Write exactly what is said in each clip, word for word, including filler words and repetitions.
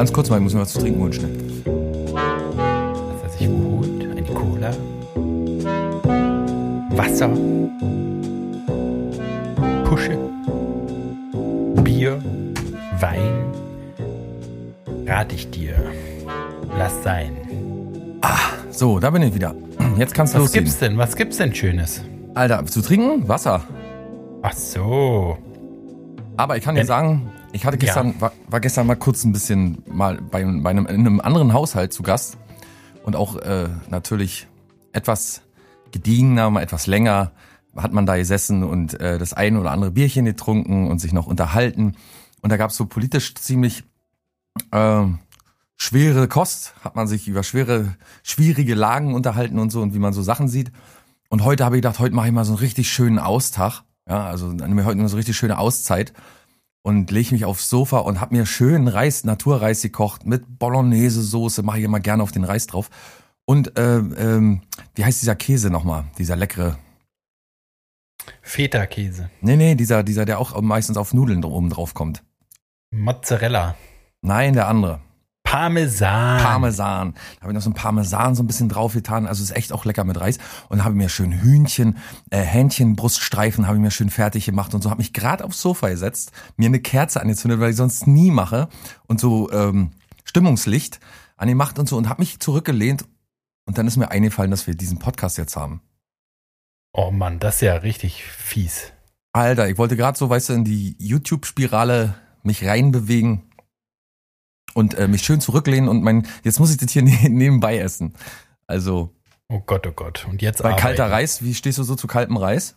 Ganz kurz mal, ich muss mir was zu trinken holen, schnell. Was hat sich geholt? Eine Cola? Wasser? Pusche? Bier? Wein? Rate ich dir. Lass sein. Ah, so, da bin ich wieder. Jetzt kannst du Was losgehen. gibt's denn? Was gibt's denn Schönes? Alter, zu trinken? Wasser. Ach so. Aber ich kann dir Wenn- sagen, ich hatte gestern, Ja. war, war gestern mal kurz ein bisschen mal bei, bei einem, in einem anderen Haushalt zu Gast und auch äh, natürlich etwas gediegener, mal etwas länger hat man da gesessen und äh, das ein oder andere Bierchen getrunken und sich noch unterhalten. Und da gab es so politisch ziemlich äh, schwere Kost, hat man sich über schwere, schwierige Lagen unterhalten und so und wie man so Sachen sieht. Und heute habe ich gedacht, heute mache ich mal so einen richtig schönen Austag. Ja, also dann nehme ich heute nur so richtig schöne Auszeit und lege mich aufs Sofa und habe mir schön Reis, Naturreis gekocht mit Bolognese-Soße, mache ich immer gerne auf den Reis drauf. Und äh, ähm, wie heißt dieser Käse nochmal? Dieser leckere. Feta-Käse. Nee, nee, dieser, dieser, der auch meistens auf Nudeln oben drauf kommt. Mozzarella. Nein, der andere. Parmesan. Parmesan. Da habe ich noch so ein Parmesan so ein bisschen drauf getan. Also ist echt auch lecker mit Reis. Und dann habe ich mir schön Hühnchen, äh, Hähnchenbruststreifen habe ich mir schön fertig gemacht und so. Habe mich gerade aufs Sofa gesetzt, mir eine Kerze angezündet, weil ich sonst nie mache. Und so ähm, Stimmungslicht angemacht und so. Und habe mich zurückgelehnt. Und dann ist mir eingefallen, dass wir diesen Podcast jetzt haben. Oh Mann, das ist ja richtig fies. Alter, ich wollte gerade so, weißt du, in die YouTube-Spirale mich reinbewegen. Und äh, mich schön zurücklehnen und mein, jetzt muss ich das hier ne- nebenbei essen. Also. Oh Gott, oh Gott. Und jetzt Bei arbeiten. kalter Reis, wie stehst du so zu kaltem Reis?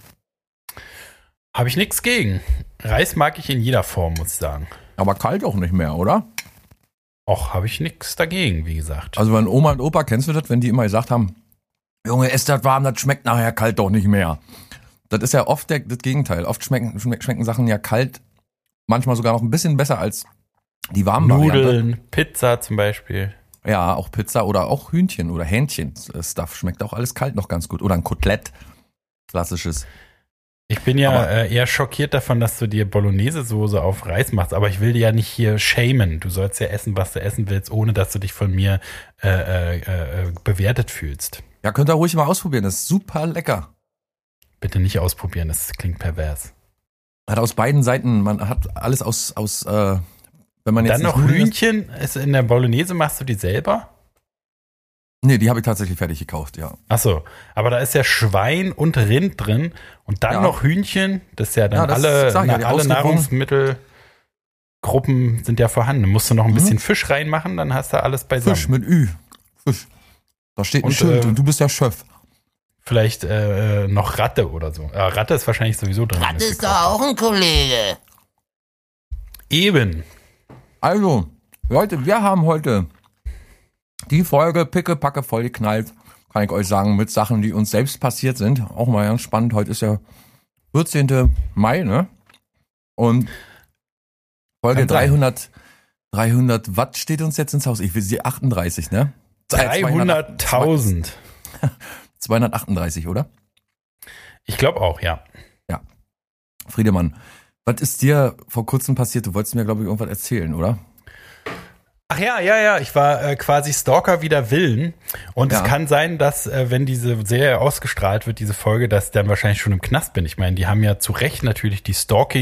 Habe ich nichts gegen. Reis mag ich in jeder Form, muss ich sagen. Aber kalt auch nicht mehr, oder? Och, habe ich nichts dagegen, wie gesagt. Also wenn Oma und Opa, kennst du das, wenn die immer gesagt haben, Junge, ess das warm, das schmeckt nachher kalt doch nicht mehr. Das ist ja oft der, das Gegenteil. Oft schmecken, schmecken, schmecken Sachen ja kalt, manchmal sogar noch ein bisschen besser als die warmen Variante. Nudeln, Pizza zum Beispiel. Ja, auch Pizza oder auch Hühnchen oder Hähnchen-Stuff schmeckt auch alles kalt noch ganz gut. Oder ein Kotelett, klassisches. Ich bin ja Aber- äh, eher schockiert davon, dass du dir Bolognese-Soße auf Reis machst, aber ich will dir ja nicht hier shamen. Du sollst ja essen, was du essen willst, ohne dass du dich von mir äh, äh, äh, bewertet fühlst. Ja, könnt ihr ruhig mal ausprobieren, das ist super lecker. Bitte nicht ausprobieren, das klingt pervers. Hat aus beiden Seiten, man hat alles aus, aus äh, wenn man jetzt Dann nicht noch Nudeln isst- Hühnchen, ist in der Bolognese machst du die selber? Nee, die habe ich tatsächlich fertig gekauft, ja. Ach so, aber da ist ja Schwein und Rind drin und dann Ja. noch Hühnchen, das ist ja dann Ja, das alle, sag ich ja, die na, alle ausgewogen- Nahrungsmittelgruppen sind ja vorhanden. Da musst du noch ein Mhm. bisschen Fisch reinmachen, dann hast du alles beisammen. Fisch mit Ü. Fisch. Da steht ein Und, Schild äh, und du bist der Chef. Vielleicht äh, noch Ratte oder so. Ja, Ratte ist wahrscheinlich sowieso drin. Das ist doch auch ein Kollege. Eben. Also, Leute, wir haben heute die Folge pickepacke voll geknallt, kann ich euch sagen, mit Sachen, die uns selbst passiert sind. Auch mal ganz spannend. Heute ist ja vierzehnten Mai, ne? Und Folge Kann sein. dreihundert, dreihundert Watt steht uns jetzt ins Haus. Ich will sie achtunddreißig, ne? dreihunderttausend. zweihundertachtunddreißig, oder? Ich glaube auch, ja. Friedemann, was ist dir vor kurzem passiert? Du wolltest mir, glaube ich, irgendwas erzählen, oder? Ach ja, ja, ja. Ich war äh, quasi Stalker wider Willen. Und Ja. es kann sein, dass, äh, wenn diese Serie ausgestrahlt wird, diese Folge, dass ich dann wahrscheinlich schon im Knast bin. Ich meine, die haben ja zu Recht natürlich die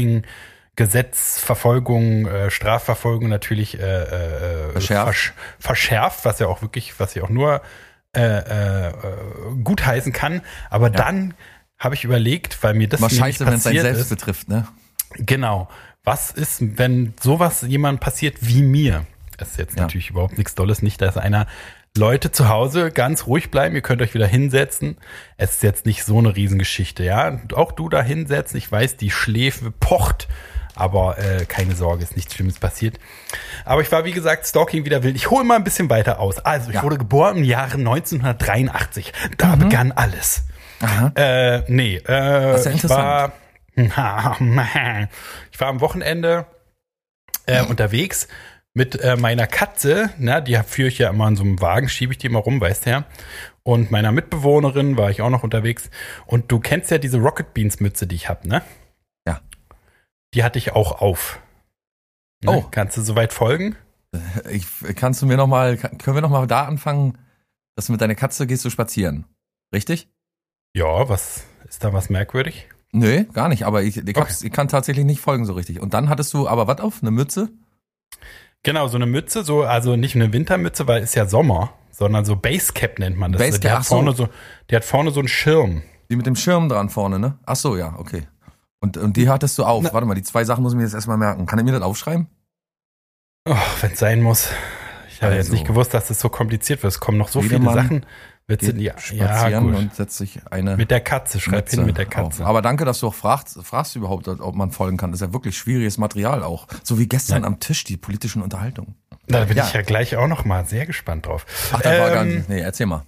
Stalking-Gesetzverfolgung, äh, Strafverfolgung natürlich äh, äh, Verschärft. versch- verschärft, was ja auch wirklich, was ich auch nur äh, äh, gut heißen kann. Aber dann habe ich überlegt, weil mir das Immer nämlich scheiße, wenn es einen passiert selbst ist. betrifft, ne? Genau. Was ist, wenn sowas jemand passiert wie mir? Das ist jetzt Ja. natürlich überhaupt nichts Dolles, nicht, dass einer Leute zu Hause ganz ruhig bleiben, ihr könnt euch wieder hinsetzen. Es ist jetzt nicht so eine Riesengeschichte, ja. Auch du da hinsetzen, ich weiß, die Schläfe pocht, aber äh, keine Sorge, ist nichts Schlimmes passiert. Aber ich war, wie gesagt, Stalking wieder wild. Ich hole mal ein bisschen weiter aus. Also, ich Ja. wurde geboren im Jahre neunzehnhundertdreiundachtzig. Da begann alles. Aha. Äh, nee, äh, Das ist ja ich interessant. war, ich war am Wochenende äh, unterwegs mit äh, meiner Katze, na, die führe ich ja immer in so einem Wagen, schiebe ich die immer rum, weißt du ja. Und meiner Mitbewohnerin war ich auch noch unterwegs. Und du kennst ja diese Rocket Beans Mütze, die ich habe, ne? Ja. Die hatte ich auch auf. Ne? Oh. Kannst du soweit folgen? Ich, kannst du mir noch mal, können wir noch mal da anfangen, dass du mit deiner Katze gehst du spazieren, richtig? Ja, was ist da was merkwürdig? Nö, gar nicht, aber ich, ich, Okay. ich kann tatsächlich nicht folgen so richtig. Und dann hattest du aber was auf, eine Mütze? Genau, so eine Mütze, so also nicht eine Wintermütze, weil es ja Sommer, sondern so Basecap nennt man das. Basecap, die hat ach so. vorne so, die hat vorne so einen Schirm. Die mit dem Schirm dran vorne, ne? Ach so, ja, okay. Und, und die hattest du auf. Na. Warte mal, die zwei Sachen muss ich mir jetzt erstmal merken. Kann ich mir das aufschreiben? Oh, wenn es sein muss. Ich habe Also. jetzt nicht gewusst, dass das so kompliziert wird. Es kommen noch so viele Wiedemann Sachen. Wird's in, Geht ja, ja, spazieren gut. und setzt sich eine Mit der Katze, schreib Mütze hin mit der auf. Katze. Aber danke, dass du auch fragst, fragst überhaupt, ob man folgen kann. Das ist ja wirklich schwieriges Material auch. So wie gestern Ja. am Tisch, die politischen Unterhaltungen. Da bin Ja. ich ja gleich auch noch mal sehr gespannt drauf. Ach, da war gar Ähm, nicht. Nee, erzähl mal.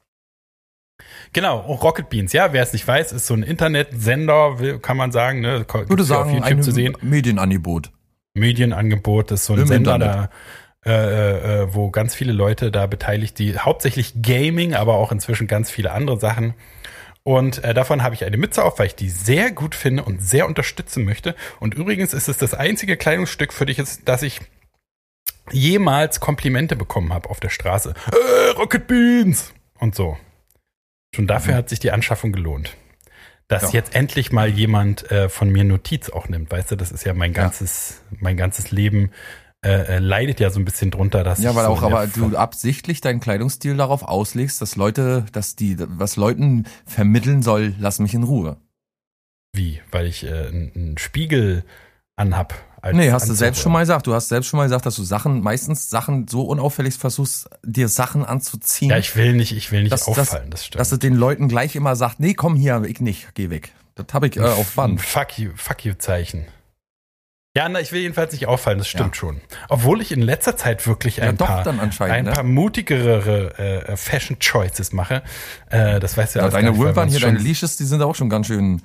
Genau, Rocket Beans, ja, wer es nicht weiß, ist so ein Internetsender, will- kann man sagen, ne? Ich würde Gibt's ja sagen, auf YouTube ein zu sehen. Medienangebot. Medienangebot, das ist so ein Im Sender, Internet. da, äh, äh, wo ganz viele Leute da beteiligt, die hauptsächlich Gaming, aber auch inzwischen ganz viele andere Sachen. Und äh, davon habe ich eine Mütze auf, weil ich die sehr gut finde und sehr unterstützen möchte. Und übrigens ist es das einzige Kleidungsstück für dich, ist, dass ich jemals Komplimente bekommen habe auf der Straße. Äh, Rocket Beans! Und so. Schon dafür Mhm. hat sich die Anschaffung gelohnt. Dass Ja. jetzt endlich mal jemand äh, von mir Notiz auch nimmt. Weißt du, das ist ja mein Ja. ganzes, mein ganzes Leben äh, äh, leidet ja so ein bisschen drunter, dass Ja, ich weil so auch in der aber Ver- du absichtlich deinen Kleidungsstil darauf auslegst, dass Leute, dass die, was Leuten vermitteln soll, lass mich in Ruhe. Wie? Weil ich äh, einen Spiegel anhab. als Nee, hast du Anzug, selbst schon oder? mal gesagt. Du hast selbst schon mal gesagt, dass du Sachen, meistens Sachen so unauffällig versuchst, dir Sachen anzuziehen, Ja, ich will nicht, ich will nicht Das- das- auffallen, das, stimmt. dass du den Leuten gleich immer sagst, nee, komm hier, ich nicht, geh weg. Das habe ich äh, auf Ein Band. Fuck you, fuck you Zeichen. Ja, na, ich will jedenfalls nicht auffallen, das stimmt Ja. schon. Obwohl ich in letzter Zeit wirklich Ja, ein doch, paar, dann anscheinend, ein ne? paar mutigere äh, Fashion Choices mache. Äh, das weißt du ja Ja, alles gar deine nicht, weil wir Wimpern uns hier, schon- deine Leashes, die sind auch schon ganz schön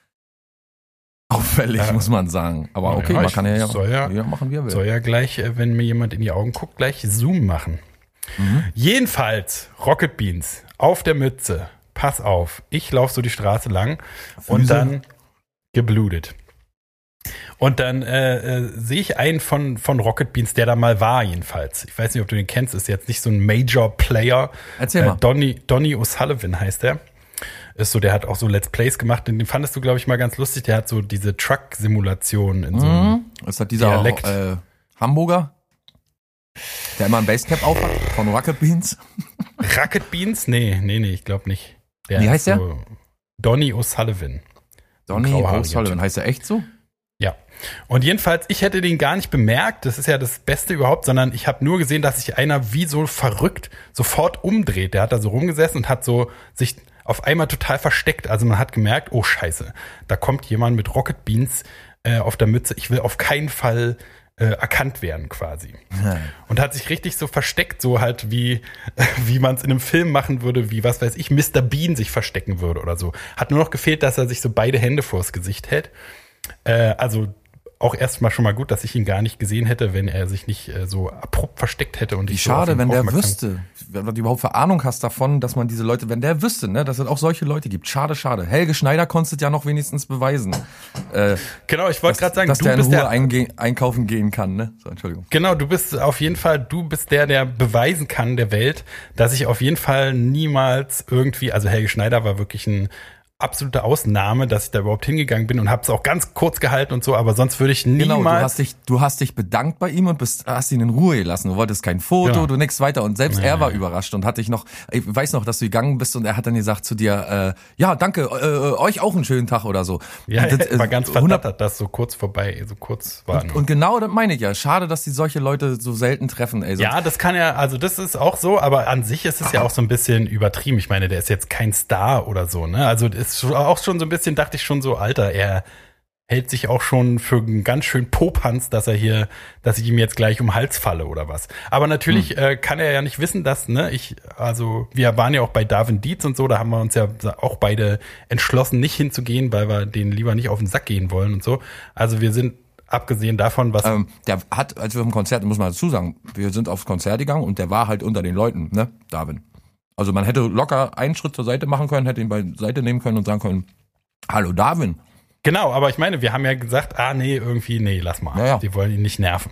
auffällig, Ja. muss man sagen. Aber okay, Ja, man ich kann ja, soll ja- jeder machen, wie er will. Soll ja gleich, äh, wenn mir jemand in die Augen guckt, gleich Zoom machen. Mhm. Jedenfalls, Rocket Beans auf der Mütze. Pass auf, ich laufe so die Straße lang und Füße. dann geblutet. Und dann äh, äh, sehe ich einen von, von Rocket Beans, der da mal war jedenfalls. Ich weiß nicht, ob du den kennst, ist jetzt nicht so ein Major-Player. Erzähl Äh, mal. Donny, Donny O'Sullivan heißt der. Ist so, der hat auch so Let's Plays gemacht. Den fandest du, glaube ich, mal ganz lustig. Der hat so diese Truck-Simulation in so einem Mhm. Ist das dieser Dialekt. äh, Hamburger, der immer ein Basecap aufhat von Rocket Beans? Rocket Beans? Nee, nee, nee, ich glaube nicht. Der Wie ist heißt der? so Donny O'Sullivan. Donny grauhaariger O'Sullivan, Typ. heißt er echt so? Ja. Und jedenfalls, ich hätte den gar nicht bemerkt, das ist ja das Beste überhaupt, sondern ich habe nur gesehen, dass sich einer wie so verrückt sofort umdreht. Der hat da so rumgesessen und hat so sich auf einmal total versteckt. Also man hat gemerkt, oh Scheiße, da kommt jemand mit Rocket Beans äh, auf der Mütze. Ich will auf keinen Fall äh, erkannt werden quasi. Und hat sich richtig so versteckt, so halt wie, wie man es in einem Film machen würde, wie, was weiß ich, Mister Bean sich verstecken würde oder so. Hat nur noch gefehlt, dass er sich so beide Hände vors Gesicht hält. Äh, also auch erstmal schon mal gut, dass ich ihn gar nicht gesehen hätte, wenn er sich nicht äh, so abrupt versteckt hätte. Und Wie ich so auf schade, ihn wenn der aufmerksam- wüsste, wenn du überhaupt für Ahnung hast davon, dass man diese Leute, wenn der wüsste, ne, dass es auch solche Leute gibt. Schade, schade. Helge Schneider konntest du ja noch wenigstens beweisen. Äh, Genau, ich wollte dass gerade sagen, dass du der in bist Ruhe der, einge- einkaufen gehen kann, ne? So, Entschuldigung. genau, du bist auf jeden Fall, du bist der, der beweisen kann der Welt, dass ich auf jeden Fall niemals irgendwie, also Helge Schneider war wirklich ein absolute Ausnahme, dass ich da überhaupt hingegangen bin und habe es auch ganz kurz gehalten und so, aber sonst würde ich niemals. Genau, du hast dich, du hast dich bedankt bei ihm und bist, hast ihn in Ruhe gelassen. Du wolltest kein Foto, Ja. du nix weiter. Und selbst Nee. er war überrascht und hat dich noch, ich weiß noch, dass du gegangen bist und er hat dann gesagt zu dir, äh, ja, danke, äh, euch auch einen schönen Tag oder so. ja, Und das, er war ganz äh, hundert verdattert, dass so kurz vorbei, so kurz war. Und, und genau das meine ich ja. Schade, dass die solche Leute so selten treffen, ey. Sonst- Ja, das kann ja, also das ist auch so, aber an sich ist es ja auch so ein bisschen übertrieben. Ich meine, der ist jetzt kein Star oder so, ne? Also das ist schon- auch schon so ein bisschen, dachte ich schon so, Alter, er hält sich auch schon für einen ganz schön Popanz, dass er hier, dass ich ihm jetzt gleich um den Hals falle oder was. Aber natürlich Hm. äh, kann er ja nicht wissen, dass, ne, ich, also wir waren ja auch bei Darwin Dietz und so, da haben wir uns ja auch beide entschlossen, nicht hinzugehen, weil wir denen lieber nicht auf den Sack gehen wollen und so. Also wir sind, abgesehen davon, was Ähm, der hat, als wir im Konzert, muss man dazu sagen, wir sind aufs Konzert gegangen und der war halt unter den Leuten, ne, Darwin. Also man hätte locker einen Schritt zur Seite machen können, hätte ihn beiseite nehmen können und sagen können, hallo Darwin. Genau, aber ich meine, wir haben ja gesagt, ah nee, irgendwie, nee, lass mal. Ja, ja. Die wollen ihn nicht nerven.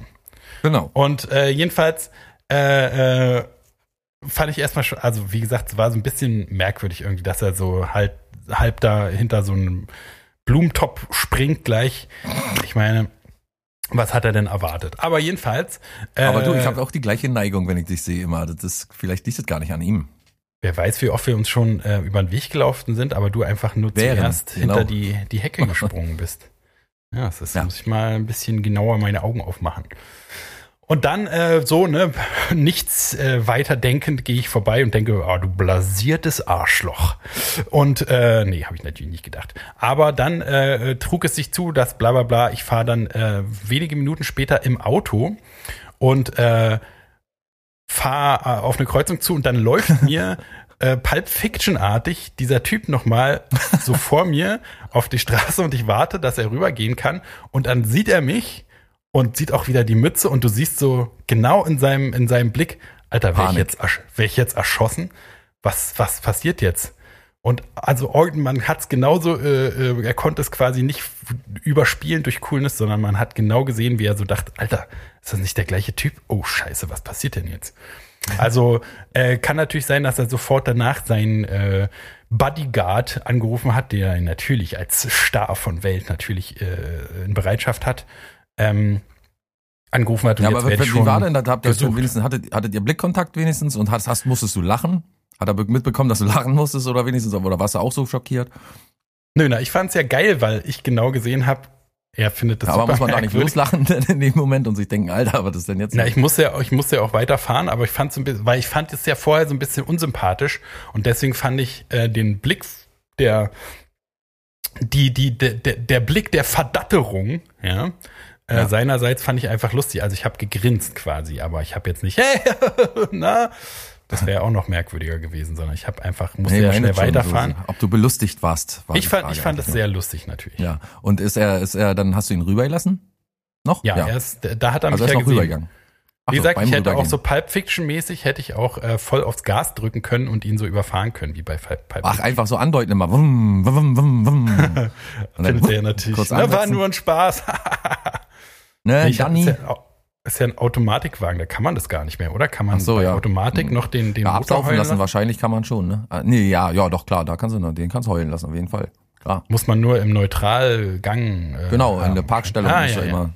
Genau. Und äh, jedenfalls äh, äh, fand ich erstmal schon, also wie gesagt, es war so ein bisschen merkwürdig irgendwie, dass er so halt halb da hinter so einem Blumentopf springt gleich. Ich meine, was hat er denn erwartet? Aber jedenfalls. Äh, Aber du, ich habe auch die gleiche Neigung, wenn ich dich sehe immer. Das ist, vielleicht liegt es gar nicht an ihm. Wer weiß, wie oft wir uns schon äh, über den Weg gelaufen sind, aber du einfach nur Wären, zuerst genau. hinter die, die Hecke gesprungen bist. Ja, das ist, Ja. muss ich mal ein bisschen genauer meine Augen aufmachen. Und dann äh, so, ne, nichts äh, weiter denkend gehe ich vorbei und denke, oh, du blasiertes Arschloch. Und äh, nee, habe ich natürlich nicht gedacht. Aber dann äh, trug es sich zu, dass bla bla bla, ich fahre dann äh, wenige Minuten später im Auto und äh, fahre äh, auf eine Kreuzung zu und dann läuft mir äh, Pulp Fiction-artig dieser Typ nochmal so vor mir auf die Straße und ich warte, dass er rübergehen kann und dann sieht er mich und sieht auch wieder die Mütze und du siehst so genau in seinem, in seinem Blick, Alter, wäre ich Panik. jetzt, ersch- wär ich jetzt erschossen? Was, was passiert jetzt? Und also man hat es genauso, äh, äh, er konnte es quasi nicht f- überspielen durch Coolness, sondern man hat genau gesehen, wie er so dachte, Alter, ist das nicht der gleiche Typ? Oh Scheiße, was passiert denn jetzt? Also äh, kann natürlich sein, dass er sofort danach seinen äh, Bodyguard angerufen hat, der ihn natürlich als Star von Welt natürlich äh, in Bereitschaft hat. Ähm, angerufen hat und Ja, jetzt aber werde wie ich schon war denn das? Habt ihr schon gesucht. wenigstens, hattet, hattet ihr Blickkontakt wenigstens und hast, hast, musstest du lachen? Hat er be- mitbekommen, dass du lachen musstest oder wenigstens, oder warst du auch so schockiert? Nö, na, ich fand's ja geil, weil ich genau gesehen habe, er findet das Ja, aber super muss man da nicht merkwürdig. loslachen in dem Moment und sich denken, Alter, was ist denn jetzt? Na, ich musste ja, ich musste ja auch weiterfahren, aber ich fand so ein bisschen, weil ich fand es ja vorher so ein bisschen unsympathisch und deswegen fand ich äh, den Blick der, die, die, der, der, der Blick der Verdatterung, ja, äh, Ja. seinerseits fand ich einfach lustig. Also ich habe gegrinst quasi, aber ich habe jetzt nicht, hey, na, das wäre auch noch merkwürdiger gewesen, sondern ich habe einfach, musste Nee, ja meine schnell schon weiterfahren. So, ob du belustigt warst, war Ich die fand, Frage ich fand es eigentlich sehr lustig natürlich. nur. Ja. Und ist er, ist er, dann hast du ihn rübergelassen? Noch? Ja, Er ist, da hat er mich Also er ist ja noch gesehen. rübergegangen. Ach Wie so, gesagt, beim ich hätte auch Rübergehen. so Pulp Fiction-mäßig, hätte ich auch äh, voll aufs Gas drücken können und ihn so überfahren können, wie bei Pulp Pulp Ach, Fiction. einfach so andeuten immer. Wum, wum, wum, wum. Und dann, Findet er natürlich. kurz Na, war ansetzen. nur ein Spaß. Ne, Ich hab, Gianni. ist, ja, au- ist ja ein Automatikwagen, da kann man das gar nicht mehr, oder? Kann man Ach so, bei ja. Automatik noch den, den Ja, Motor ablaufen heulen lassen, lassen? wahrscheinlich kann man schon, ne? Ah, nee, ja, ja, doch, klar, da kannst du noch, den kannst du heulen lassen, auf jeden Fall. Klar. Muss man nur im Neutralgang. Äh, Genau, in haben. der Parkstellung Ah, ist ja, ja, ja.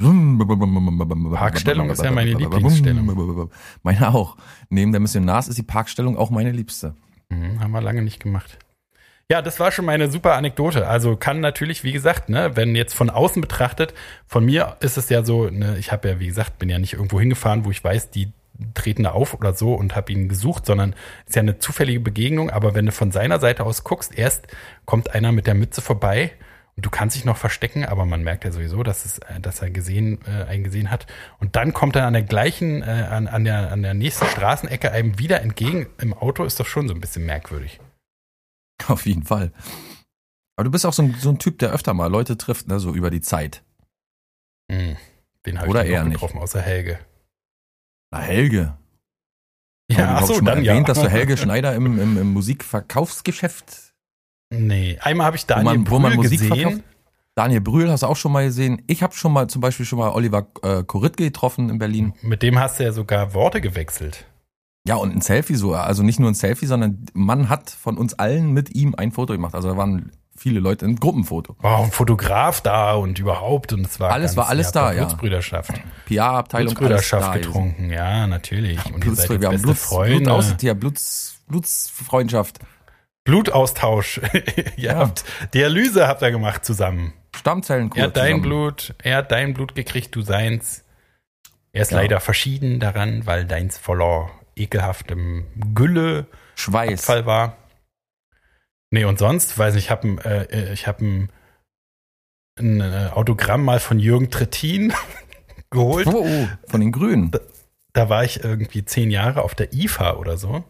immer. Parkstellung ist ja meine Lieblingsstellung. Meine auch. Neben der Missionars ist die Parkstellung auch meine liebste. Mhm, haben wir lange nicht gemacht. Ja, das war schon meine super Anekdote. Also kann natürlich, wie gesagt, ne, wenn jetzt von außen betrachtet, von mir ist es ja so, ne, ich habe ja, wie gesagt, bin ja nicht irgendwo hingefahren, wo ich weiß, die treten da auf oder so und habe ihn gesucht, sondern ist ja eine zufällige Begegnung. Aber wenn du von seiner Seite aus guckst, erst kommt einer mit der Mütze vorbei und du kannst dich noch verstecken, aber man merkt ja sowieso, dass es, äh, dass er gesehen, äh, einen gesehen hat. Und dann kommt er an der gleichen, äh, an, an der, an der nächsten Straßenecke einem wieder entgegen im Auto, ist doch schon so ein bisschen merkwürdig. Auf jeden Fall. Aber du bist auch so ein, so ein Typ, der öfter mal Leute trifft, ne, so über die Zeit. Hm. Den habe ich Oder dann eher noch nicht. getroffen, außer Helge. Na, Helge. Ja, Haben wir ach überhaupt so, schon mal dann erwähnt, ja. dass du Helge Schneider im, im, im Musikverkaufsgeschäft, Nee, einmal habe ich wo Daniel man, wo man Brühl Musik gesehen. verkauft. Daniel Brühl hast du auch schon mal gesehen. Ich habe schon mal zum Beispiel schon mal Oliver äh, Koritke getroffen in Berlin. Mit dem hast du ja sogar Worte gewechselt. Ja, und ein Selfie so, also nicht nur ein Selfie, sondern man hat von uns allen mit ihm ein Foto gemacht. Also da waren viele Leute, ein Gruppenfoto. War auch ein Fotograf da und überhaupt. Und es war Alles war alles da, ja. Blutsbrüderschaft. P R-Abteilung, Blutsbrüderschaft alles da getrunken, ja, natürlich. Und ihr Bluts, seid jetzt wir haben beste Bluts, Freunde. Blut aus, ja, Bluts, Blutsfreundschaft. Blutaustausch. Ihr Ja. habt Dialyse habt ihr gemacht zusammen. Stammzellenkur Er hat dein zusammen. Blut, er hat dein Blut gekriegt, du seins. Er ist Ja. leider verschieden daran, weil deins voller ekelhaftem Gülle Schweiß. Fall war. Nee, und sonst, weiß nicht, ich habe ein, äh, ich habe ein, ein äh, Autogramm mal von Jürgen Trittin geholt. Oh, oh, von den Grünen. Da war ich irgendwie zehn Jahre auf der I F A oder so.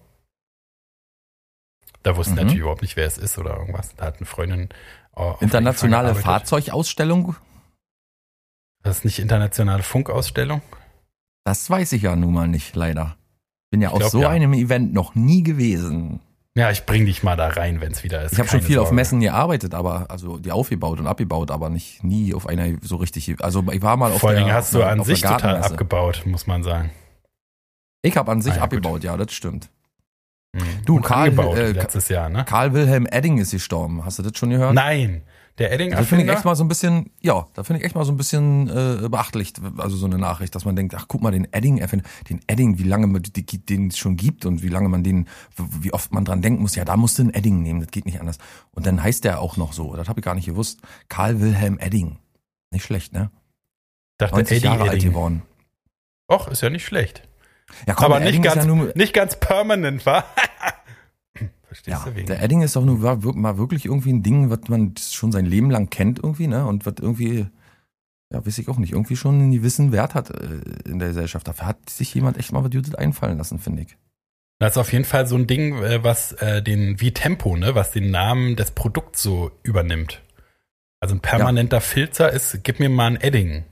Da wusste Mhm. natürlich überhaupt nicht, wer es ist oder irgendwas. Da hat eine Freundin äh, auf der Internationale I F A gearbeitet. Fahrzeugausstellung. Das ist nicht internationale Funkausstellung. Das weiß ich ja nun mal nicht, leider. Bin ja Ich auf glaub, so ja. einem Event noch nie gewesen. Ja, ich bring dich mal da rein, wenn es wieder ist. Ich habe schon Keine viel auf Sorge. Messen gearbeitet, aber also die aufgebaut und abgebaut, aber nicht nie auf einer so richtig. Also ich war mal auf Vor allen der, Dingen hast auf du der- an auf der sich total Gartenmesse. abgebaut, muss man sagen. Ich habe an sich Ah, ja, abgebaut, ja, das stimmt. Mhm. Du, Und Karl, angebaut äh, letztes Jahr, ne? Karl Wilhelm Edding ist gestorben. Hast du das schon gehört? Nein, der Edding Da finde ich echt Erfinder. mal so ein bisschen, ja, da finde ich echt mal so ein bisschen äh, beachtlich, also so eine Nachricht, dass man denkt, ach guck mal, den Edding erfinder, den Edding, wie lange man die- den es schon gibt und wie lange man den, wie oft man dran denken muss, ja, da musst du einen Edding nehmen, das geht nicht anders. Und dann heißt der auch noch so, das habe ich gar nicht gewusst. Karl Wilhelm Edding. Nicht schlecht, ne? Dachte neunzig Eddie Jahre alt Edding. geworden. Och, ist ja nicht schlecht. Ja, komm, Aber der nicht Edding ist ganz, ja nur, nicht ganz permanent, wa? Verstehst ja, du wegen? der Edding ist doch nur war wir- mal wirklich irgendwie ein Ding, was man schon sein Leben lang kennt irgendwie, ne? Und was irgendwie, ja, weiß ich auch nicht, irgendwie schon einen gewissen Wert hat äh, in der Gesellschaft. Dafür hat sich jemand echt mal was Gutes einfallen lassen, finde ich. Das ist auf jeden Fall so ein Ding, äh, was äh, den, wie Tempo, ne, was den Namen des Produkts so übernimmt. Also ein permanenter Filzer ist, gib mir mal ein Edding.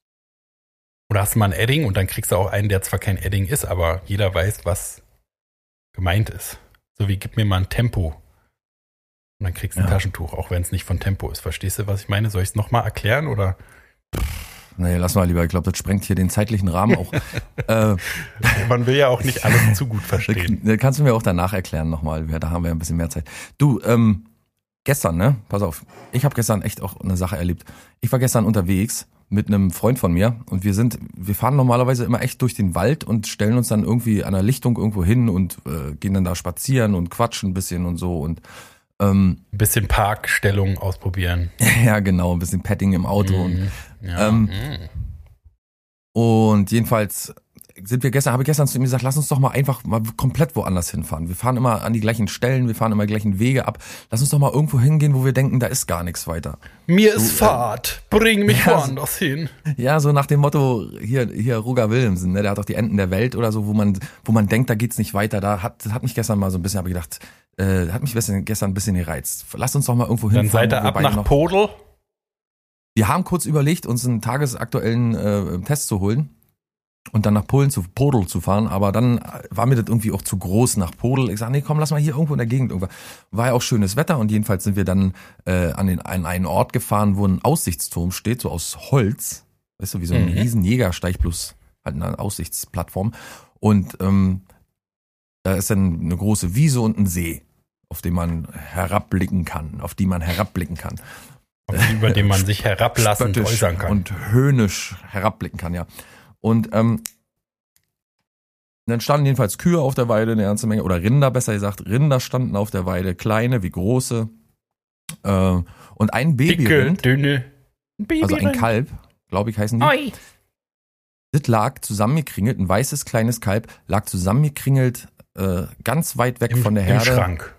Oder hast du mal ein Edding und dann kriegst du auch einen, der zwar kein Edding ist, aber jeder weiß, was gemeint ist. So wie gib mir mal ein Tempo. Und dann kriegst du ein Ja. Taschentuch, auch wenn es nicht von Tempo ist. Verstehst du, was ich meine? Soll ich es nochmal erklären oder? Nee, lass mal lieber, ich glaube, das sprengt hier den zeitlichen Rahmen auch. äh, Man will ja auch nicht alles zu gut verstehen. das kannst du mir auch danach erklären nochmal, ja, da haben wir ein bisschen mehr Zeit. Du, ähm, gestern, ne, pass auf, ich habe gestern echt auch eine Sache erlebt. Ich war gestern unterwegs mit einem Freund von mir und wir sind, wir fahren normalerweise immer echt durch den Wald und stellen uns dann irgendwie an der Lichtung irgendwo hin und äh, gehen dann da spazieren und quatschen ein bisschen und so und ähm, Ein bisschen Parkstellung ausprobieren. ja genau, ein bisschen Petting im Auto und Mhm. Ja. ähm, Mhm. Und jedenfalls sind wir gestern, habe ich gestern zu ihm gesagt, lass uns doch mal einfach mal komplett woanders hinfahren. Wir fahren immer an die gleichen Stellen, wir fahren immer die gleichen Wege ab. Lass uns doch mal irgendwo hingehen, wo wir denken, da ist gar nichts weiter. Mir ist Fahrt, bring mich Ja, woanders hin. Ja, so nach dem Motto, hier, hier Roger Willemsen, ne, der hat doch die Enden der Welt oder so, wo man, wo man denkt, da geht's nicht weiter. Da hat, das hat mich gestern mal so ein bisschen, habe ich gedacht, äh, hat mich gestern, gestern ein bisschen gereizt. Lass uns doch mal irgendwo Dann hinfahren. seid ihr wo wir ab beide nach noch- Podel. Wir haben kurz überlegt, uns einen tagesaktuellen äh, Test zu holen und dann nach Polen zu Podel zu fahren, aber dann war mir das irgendwie auch zu groß nach Podel. Ich sage, nee, komm, lass mal hier irgendwo in der Gegend irgendwo. War ja auch schönes Wetter und jedenfalls sind wir dann äh, an, den, an einen Ort gefahren, wo ein Aussichtsturm steht, so aus Holz. Weißt du, wie so ein Mhm. riesen Jägersteig plus halt eine Aussichtsplattform. Und ähm, da ist dann eine große Wiese und ein See, auf den man herabblicken kann, auf die man herabblicken kann. Über den man sich herablassend Spöttisch äußern kann. und höhnisch herabblicken kann, ja. Und ähm, dann standen jedenfalls Kühe auf der Weide, eine ganze Menge, oder Rinder, besser gesagt, Rinder standen auf der Weide, kleine wie große. Äh, und ein Dicke, Babyrind, dünne. Baby also ein Kalb, glaube ich, heißen die. Oi. Das lag zusammengekringelt, ein weißes kleines Kalb, lag zusammengekringelt, äh, ganz weit weg Im, von der Im Herde. Schrank.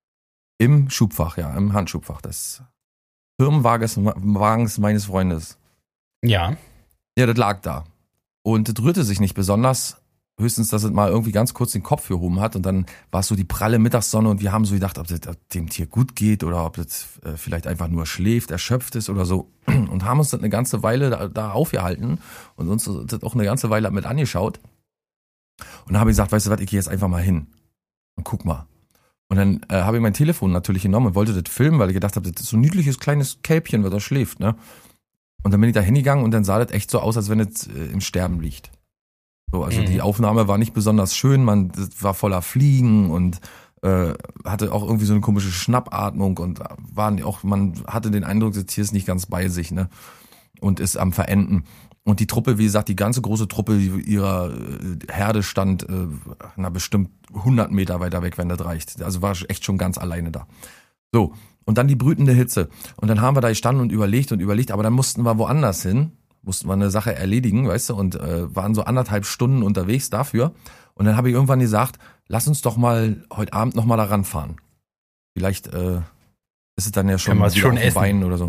Im Schubfach, ja, im Handschubfach des Firmenwagens Wagens meines Freundes. Ja. Ja, das lag da. Und das rührte sich nicht besonders. Höchstens, dass es mal irgendwie ganz kurz den Kopf gehoben hat. Und dann war es so die pralle Mittagssonne und wir haben so gedacht, ob das ob dem Tier gut geht oder ob das äh, vielleicht einfach nur schläft, erschöpft ist oder so. Und haben uns das eine ganze Weile da, da aufgehalten und uns das auch eine ganze Weile mit angeschaut. Und dann habe ich gesagt, weißt du was, ich gehe jetzt einfach mal hin und guck mal. Und dann äh, habe ich mein Telefon natürlich genommen und wollte das filmen, weil ich gedacht habe, das ist so ein niedliches kleines Kälbchen, was da schläft, ne? Und dann bin ich da hingegangen und dann sah das echt so aus, als wenn es äh, im Sterben liegt. So, also Mhm. die Aufnahme war nicht besonders schön, man das war voller Fliegen und äh, hatte auch irgendwie so eine komische Schnappatmung und waren auch, man hatte den Eindruck, das Tier ist nicht ganz bei sich, ne? Und ist am Verenden. Und die Truppe, wie gesagt, die ganze große Truppe ihrer äh, Herde stand äh, na bestimmt hundert Meter weiter weg, wenn das reicht. Also war echt schon ganz alleine da. So, und dann die brütende Hitze. Und dann haben wir da gestanden und überlegt und überlegt, aber dann mussten wir woanders hin, mussten wir eine Sache erledigen, weißt du, und äh, waren so anderthalb Stunden unterwegs dafür. Und dann habe ich irgendwann gesagt, lass uns doch mal heute Abend noch mal da ranfahren. Vielleicht äh, ist es dann ja schon, Können wir es wieder schon auf dem essen. Bein oder so.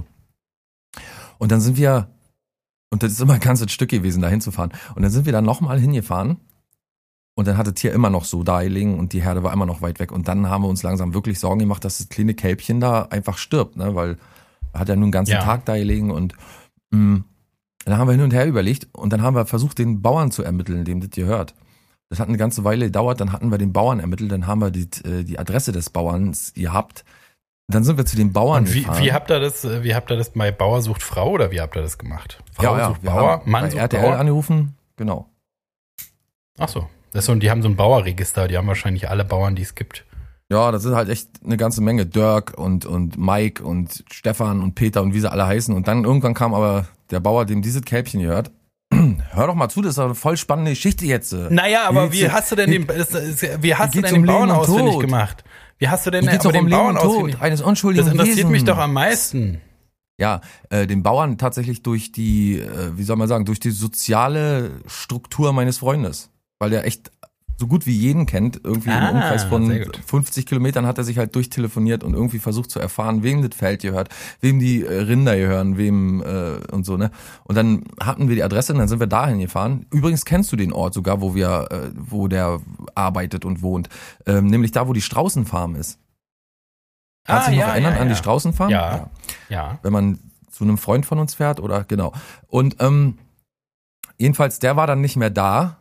Und dann sind wir, und das ist immer ein ganzes Stück gewesen, da hinzufahren. Und dann sind wir da nochmal hingefahren. Und dann hatte das Tier immer noch so da gelegen und die Herde war immer noch weit weg. Und dann haben wir uns langsam wirklich Sorgen gemacht, dass das kleine Kälbchen da einfach stirbt, ne? Weil er hat ja nun den ganzen Ja. Tag da gelegen und mh, dann haben wir hin und her überlegt und dann haben wir versucht, den Bauern zu ermitteln, dem das gehört. Das hat eine ganze Weile gedauert, dann hatten wir den Bauern ermittelt, dann haben wir die, die Adresse des Bauerns gehabt. Dann sind wir zu den Bauern Und wie, gefahren. wie habt ihr das, wie habt ihr das bei Bauer sucht Frau oder wie habt ihr das gemacht? Frau ja, ja, sucht wir Bauer, haben Mann bei sucht R T L Bauer? angerufen, genau. Ach so. Das ist so, und die haben so ein Bauerregister, die haben wahrscheinlich alle Bauern, die es gibt. Ja, das sind halt echt eine ganze Menge. Dirk und, und Mike und Stefan und Peter und wie sie alle heißen. Und dann irgendwann kam aber der Bauer, dem dieses Kälbchen gehört. Hör doch mal zu, das ist doch eine voll spannende Geschichte jetzt. Naja, aber wie Wie hast du denn den, das, ist- wie hast du geht's denn um den Bauern Leben und ausfindig Tod? gemacht? Wie hast du denn Hier geht's aber doch um den Leben Bauern und Tod ausfindig? eines unschuldigen Das interessiert Wesen. mich doch am meisten. Ja, äh, den Bauern tatsächlich durch die, äh, wie soll man sagen, durch die soziale Struktur meines Freundes. Weil der echt so gut wie jeden kennt. Irgendwie Ah, im Umkreis sehr von gut. fünfzig Kilometern hat er sich halt durchtelefoniert und irgendwie versucht zu erfahren, wem das Feld gehört, wem die äh, Rinder gehören, wem äh, und so, ne. Und dann hatten wir die Adresse und dann sind wir dahin gefahren. Übrigens kennst du den Ort sogar, wo wir, äh, wo der arbeitet und wohnt. Ähm, nämlich da, wo die Straußenfarm ist. Kannst du dich noch erinnern an die Straußenfarm? Ja, ja. Wenn man zu einem Freund von uns fährt oder genau. Und ähm, jedenfalls, der war dann nicht mehr da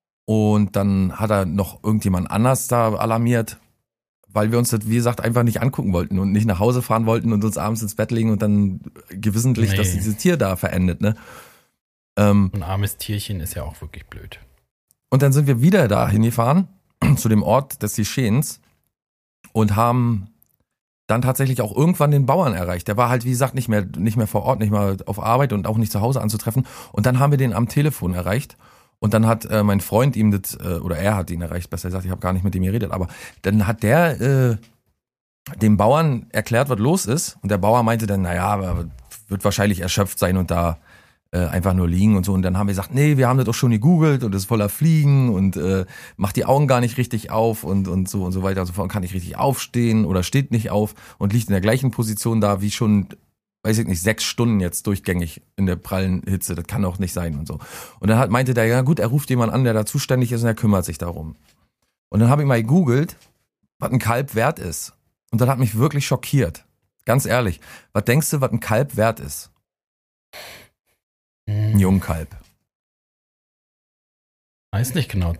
und dann hat er noch irgendjemand anders da alarmiert, weil wir uns das, wie gesagt, einfach nicht angucken wollten und nicht nach Hause fahren wollten und uns abends ins Bett legen und dann gewissentlich, Nee. dass dieses Tier da verendet, ne? Ähm, Ein armes Tierchen ist ja auch wirklich blöd. und dann sind wir wieder da hingefahren, zu dem Ort des Geschehens und haben dann tatsächlich auch irgendwann den Bauern erreicht. Der war halt, wie gesagt, nicht mehr, nicht mehr vor Ort, nicht mehr auf Arbeit und auch nicht zu Hause anzutreffen. Und dann haben wir den am Telefon erreicht. Und dann hat äh, mein Freund ihm das, äh, oder er hat ihn erreicht, besser gesagt, ich habe gar nicht mit ihm geredet, aber dann hat der äh, dem Bauern erklärt, was los ist. Und der Bauer meinte dann, naja, aber wird wahrscheinlich erschöpft sein und da äh, einfach nur liegen und so. Und dann haben wir gesagt, nee, wir haben das doch schon gegoogelt und es ist voller Fliegen und äh, macht die Augen gar nicht richtig auf und und so und so weiter und so fort und kann nicht richtig aufstehen oder steht nicht auf und liegt in der gleichen Position da wie schon, weiß ich nicht, sechs Stunden jetzt durchgängig in der prallen Hitze. Das kann doch nicht sein und so. Und dann hat, meinte der, ja gut, er ruft jemand an, der da zuständig ist und er kümmert sich darum. Und dann habe ich mal gegoogelt, was ein Kalb wert ist. Und das hat mich wirklich schockiert. Ganz ehrlich, was denkst du, was ein Kalb wert ist? Ein Jungkalb. Weiß nicht genau.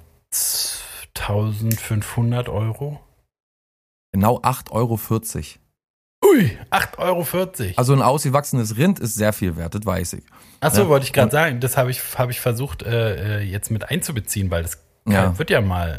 eintausendfünfhundert Euro? Genau acht Euro vierzig. Ui, acht Euro vierzig. Also ein ausgewachsenes Rind ist sehr viel wert, das weiß ich. Ach so, Ja. wollte ich gerade sagen. Das habe ich, hab ich versucht äh, jetzt mit einzubeziehen, weil das Ja. wird ja mal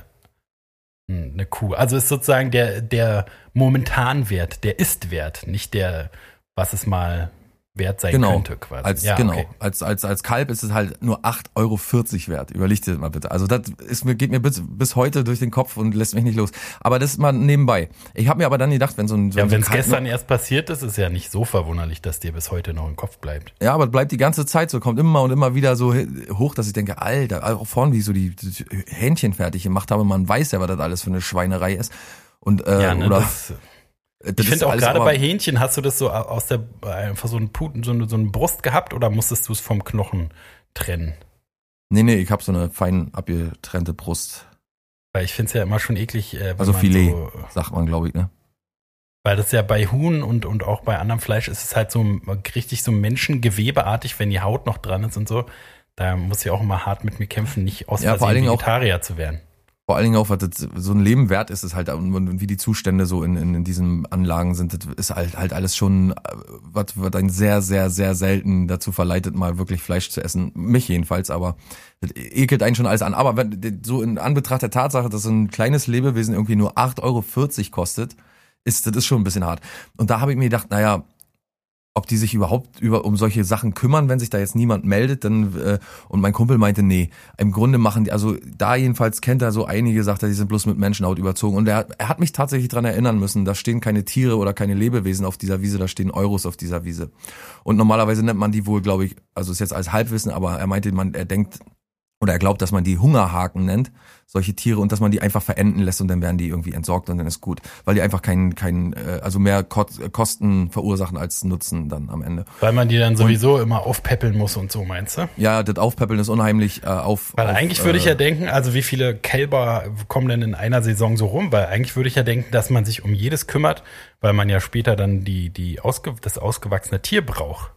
eine Kuh. Also ist sozusagen der, der Momentanwert, der Ist-Wert, nicht der, was es mal wert sein Genau. könnte quasi. Als, ja, genau. okay. Als, als, als Kalb ist es halt nur acht Euro vierzig wert. Überleg dir das mal bitte. Also das ist mir, geht mir bis, bis heute durch den Kopf und lässt mich nicht los. Aber das ist mal nebenbei. Ich habe mir aber dann gedacht, wenn so ein, so Ja, ein wenn es Kalb gestern erst passiert ist, ist ja nicht so verwunderlich, dass dir bis heute noch im Kopf bleibt. Ja, aber bleibt die ganze Zeit so, kommt immer und immer wieder so hoch, dass ich denke, Alter, auch vorhin, wie ich so die, die Hähnchen fertig gemacht habe, man weiß ja, was das alles für eine Schweinerei ist. Und, äh, Ja, ne, oder, das, das ich ist finde auch alles gerade aber- bei Hähnchen, hast du das so aus der, einfach so einen Puten, so eine, so eine Brust gehabt oder musstest du es vom Knochen trennen? Nee, nee, ich habe so eine fein abgetrennte Brust. Weil ich finde es ja immer schon eklig, äh, wenn Also man Filet, so, sagt man, glaube ich, ne? weil das ja bei Huhn und, und auch bei anderem Fleisch ist es halt so richtig so menschengewebeartig, wenn die Haut noch dran ist und so. Da muss ich auch immer hart mit mir kämpfen, nicht aus Ja, vor Versehen allen Dingen auch- Vegetarier zu werden. Vor allen Dingen auch, was das, so ein Leben wert ist, ist halt, und, und wie die Zustände so in, in, in diesen Anlagen sind, das ist halt, halt alles schon, äh, was, was einen sehr, sehr, sehr selten dazu verleitet, mal wirklich Fleisch zu essen. Mich jedenfalls, aber das ekelt einen schon alles an. Aber wenn, so in Anbetracht der Tatsache, dass so ein kleines Lebewesen irgendwie nur acht Euro vierzig kostet, ist, das ist schon ein bisschen hart. Und da habe ich mir gedacht, naja, ob die sich überhaupt über um solche Sachen kümmern, wenn sich da jetzt niemand meldet, dann äh, und mein Kumpel meinte, nee, im Grunde machen die, also da jedenfalls kennt er so einige, sagt er, die sind bloß mit Menschenhaut überzogen und er, er hat mich tatsächlich dran erinnern müssen, da stehen keine Tiere oder keine Lebewesen auf dieser Wiese, da stehen Euros auf dieser Wiese und normalerweise nennt man die wohl, glaube ich, also ist jetzt als Halbwissen, aber er meinte, man, er denkt oder er glaubt, dass man die Hungerhaken nennt, solche Tiere, und dass man die einfach verenden lässt und dann werden die irgendwie entsorgt und dann ist gut. Weil die einfach keinen, keinen, äh, also mehr Ko- Kosten verursachen als Nutzen dann am Ende. Weil man die dann sowieso immer aufpäppeln muss und so, meinst du? Ja, das Aufpäppeln ist unheimlich äh, auf. Weil auf, eigentlich würde ich äh, ja denken, also wie viele Kälber kommen denn in einer Saison so rum? Weil eigentlich würde ich ja denken, dass man sich um jedes kümmert, weil man ja später dann die, die ausge, das ausgewachsene Tier braucht.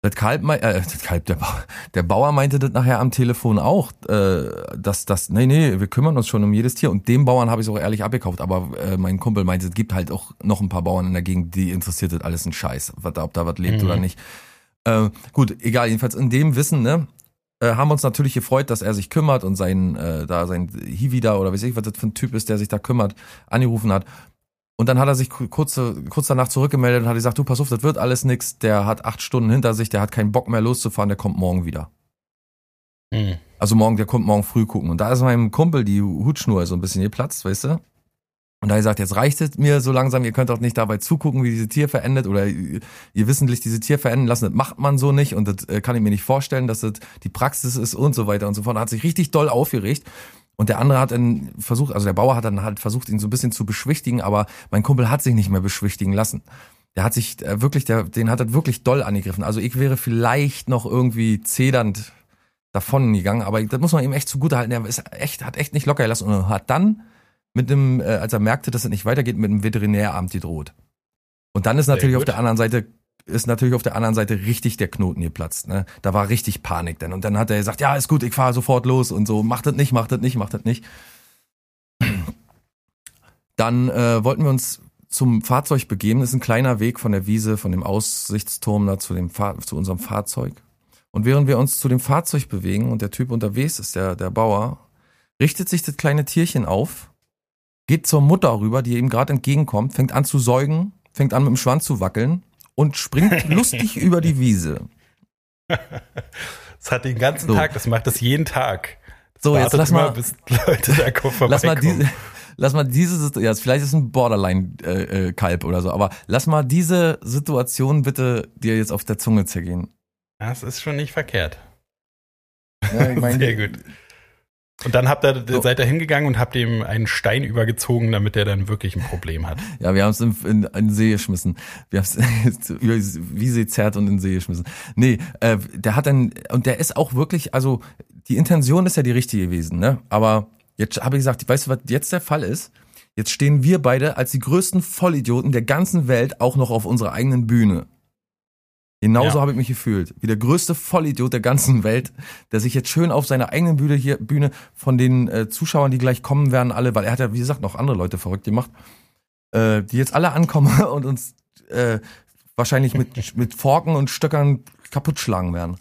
Das Kalb, mei- äh, das Kalb, der, Ba- der Bauer meinte das nachher am Telefon auch, äh, dass das, nee, nee, wir kümmern uns schon um jedes Tier. Und dem Bauern habe ich es auch ehrlich abgekauft. Aber äh, mein Kumpel meinte, es gibt halt auch noch ein paar Bauern in der Gegend, die interessiert das alles ein Scheiß, was, ob da was lebt Mhm. oder nicht. Äh, gut, egal, jedenfalls in dem Wissen, ne, äh, haben wir uns natürlich gefreut, dass er sich kümmert und sein, äh, da sein Hiwi da oder weiß ich, was das für ein Typ ist, der sich da kümmert, angerufen hat. Und dann hat er sich kurz, kurz danach zurückgemeldet und hat gesagt, du, pass auf, das wird alles nix, der hat acht Stunden hinter sich, der hat keinen Bock mehr loszufahren, der kommt morgen wieder. Mhm. Also morgen, der kommt morgen früh gucken. Und da ist meinem Kumpel die Hutschnur so ein bisschen geplatzt, weißt du? Und da hat er gesagt, jetzt reicht es mir so langsam, ihr könnt auch nicht dabei zugucken, wie dieses Tier verendet oder ihr wissentlich diese Tier verenden lassen, das macht man so nicht und das äh, kann ich mir nicht vorstellen, dass das die Praxis ist und so weiter und so fort. Er hat sich richtig doll aufgeregt. Und der andere hat dann versucht, also der Bauer hat dann halt versucht, ihn so ein bisschen zu beschwichtigen, aber mein Kumpel hat sich nicht mehr beschwichtigen lassen. Der hat sich äh, wirklich, der, den hat er wirklich doll angegriffen. Also ich wäre vielleicht noch irgendwie zedernd davon gegangen, aber das muss man ihm echt zugutehalten. Er ist echt, hat echt nicht locker gelassen und hat dann mit dem, äh, als er merkte, dass es nicht weitergeht, mit dem Veterinäramt gedroht. Und dann ist Sehr natürlich gut. auf der anderen Seite ist natürlich auf der anderen Seite richtig der Knoten geplatzt. Ne? Da war richtig Panik dann. Und dann hat er gesagt, ja, ist gut, ich fahre sofort los und so, macht das nicht, macht das nicht, macht das nicht. Dann äh, wollten wir uns zum Fahrzeug begeben. Das ist ein kleiner Weg von der Wiese, von dem Aussichtsturm da zu, dem Fahr- zu unserem Fahrzeug. Und während wir uns zu dem Fahrzeug bewegen und der Typ unterwegs ist, der, der Bauer, richtet sich das kleine Tierchen auf, geht zur Mutter rüber, die ihm gerade entgegenkommt, fängt an zu säugen, fängt an mit dem Schwanz zu wackeln und springt lustig über die Wiese. Das hat den ganzen So. Tag, das macht das jeden Tag. Das So, jetzt wartet lass immer, mal- bis Leute da kommen, Lass mal vorbeikommen. diese, lass mal diese, Situ- ja, vielleicht ist es ein Borderline-Kalb oder so, aber lass mal diese Situation bitte dir jetzt auf der Zunge zergehen. Das ist schon nicht verkehrt. Ja, ich meine, Sehr gut. Und dann habt ihr, So. seid ihr hingegangen und habt ihm einen Stein übergezogen, damit er dann wirklich ein Problem hat. Ja, wir haben es in, in, in den See geschmissen. Wir haben es über die Wiese zerrt und in den See geschmissen. Nee, äh, der hat dann, und der ist auch wirklich, also die Intention ist ja die richtige gewesen, ne? Aber jetzt habe ich gesagt, weißt du, was jetzt der Fall ist? Jetzt stehen wir beide als die größten Vollidioten der ganzen Welt auch noch auf unserer eigenen Bühne. Genauso Ja. habe ich mich gefühlt. Wie der größte Vollidiot der ganzen Welt, der sich jetzt schön auf seiner eigenen Bühne hier, Bühne von den äh, Zuschauern, die gleich kommen werden, alle, weil er hat ja, wie gesagt, noch andere Leute verrückt gemacht, äh, die jetzt alle ankommen und uns äh, wahrscheinlich mit, mit Forken und Stöckern kaputt schlagen werden.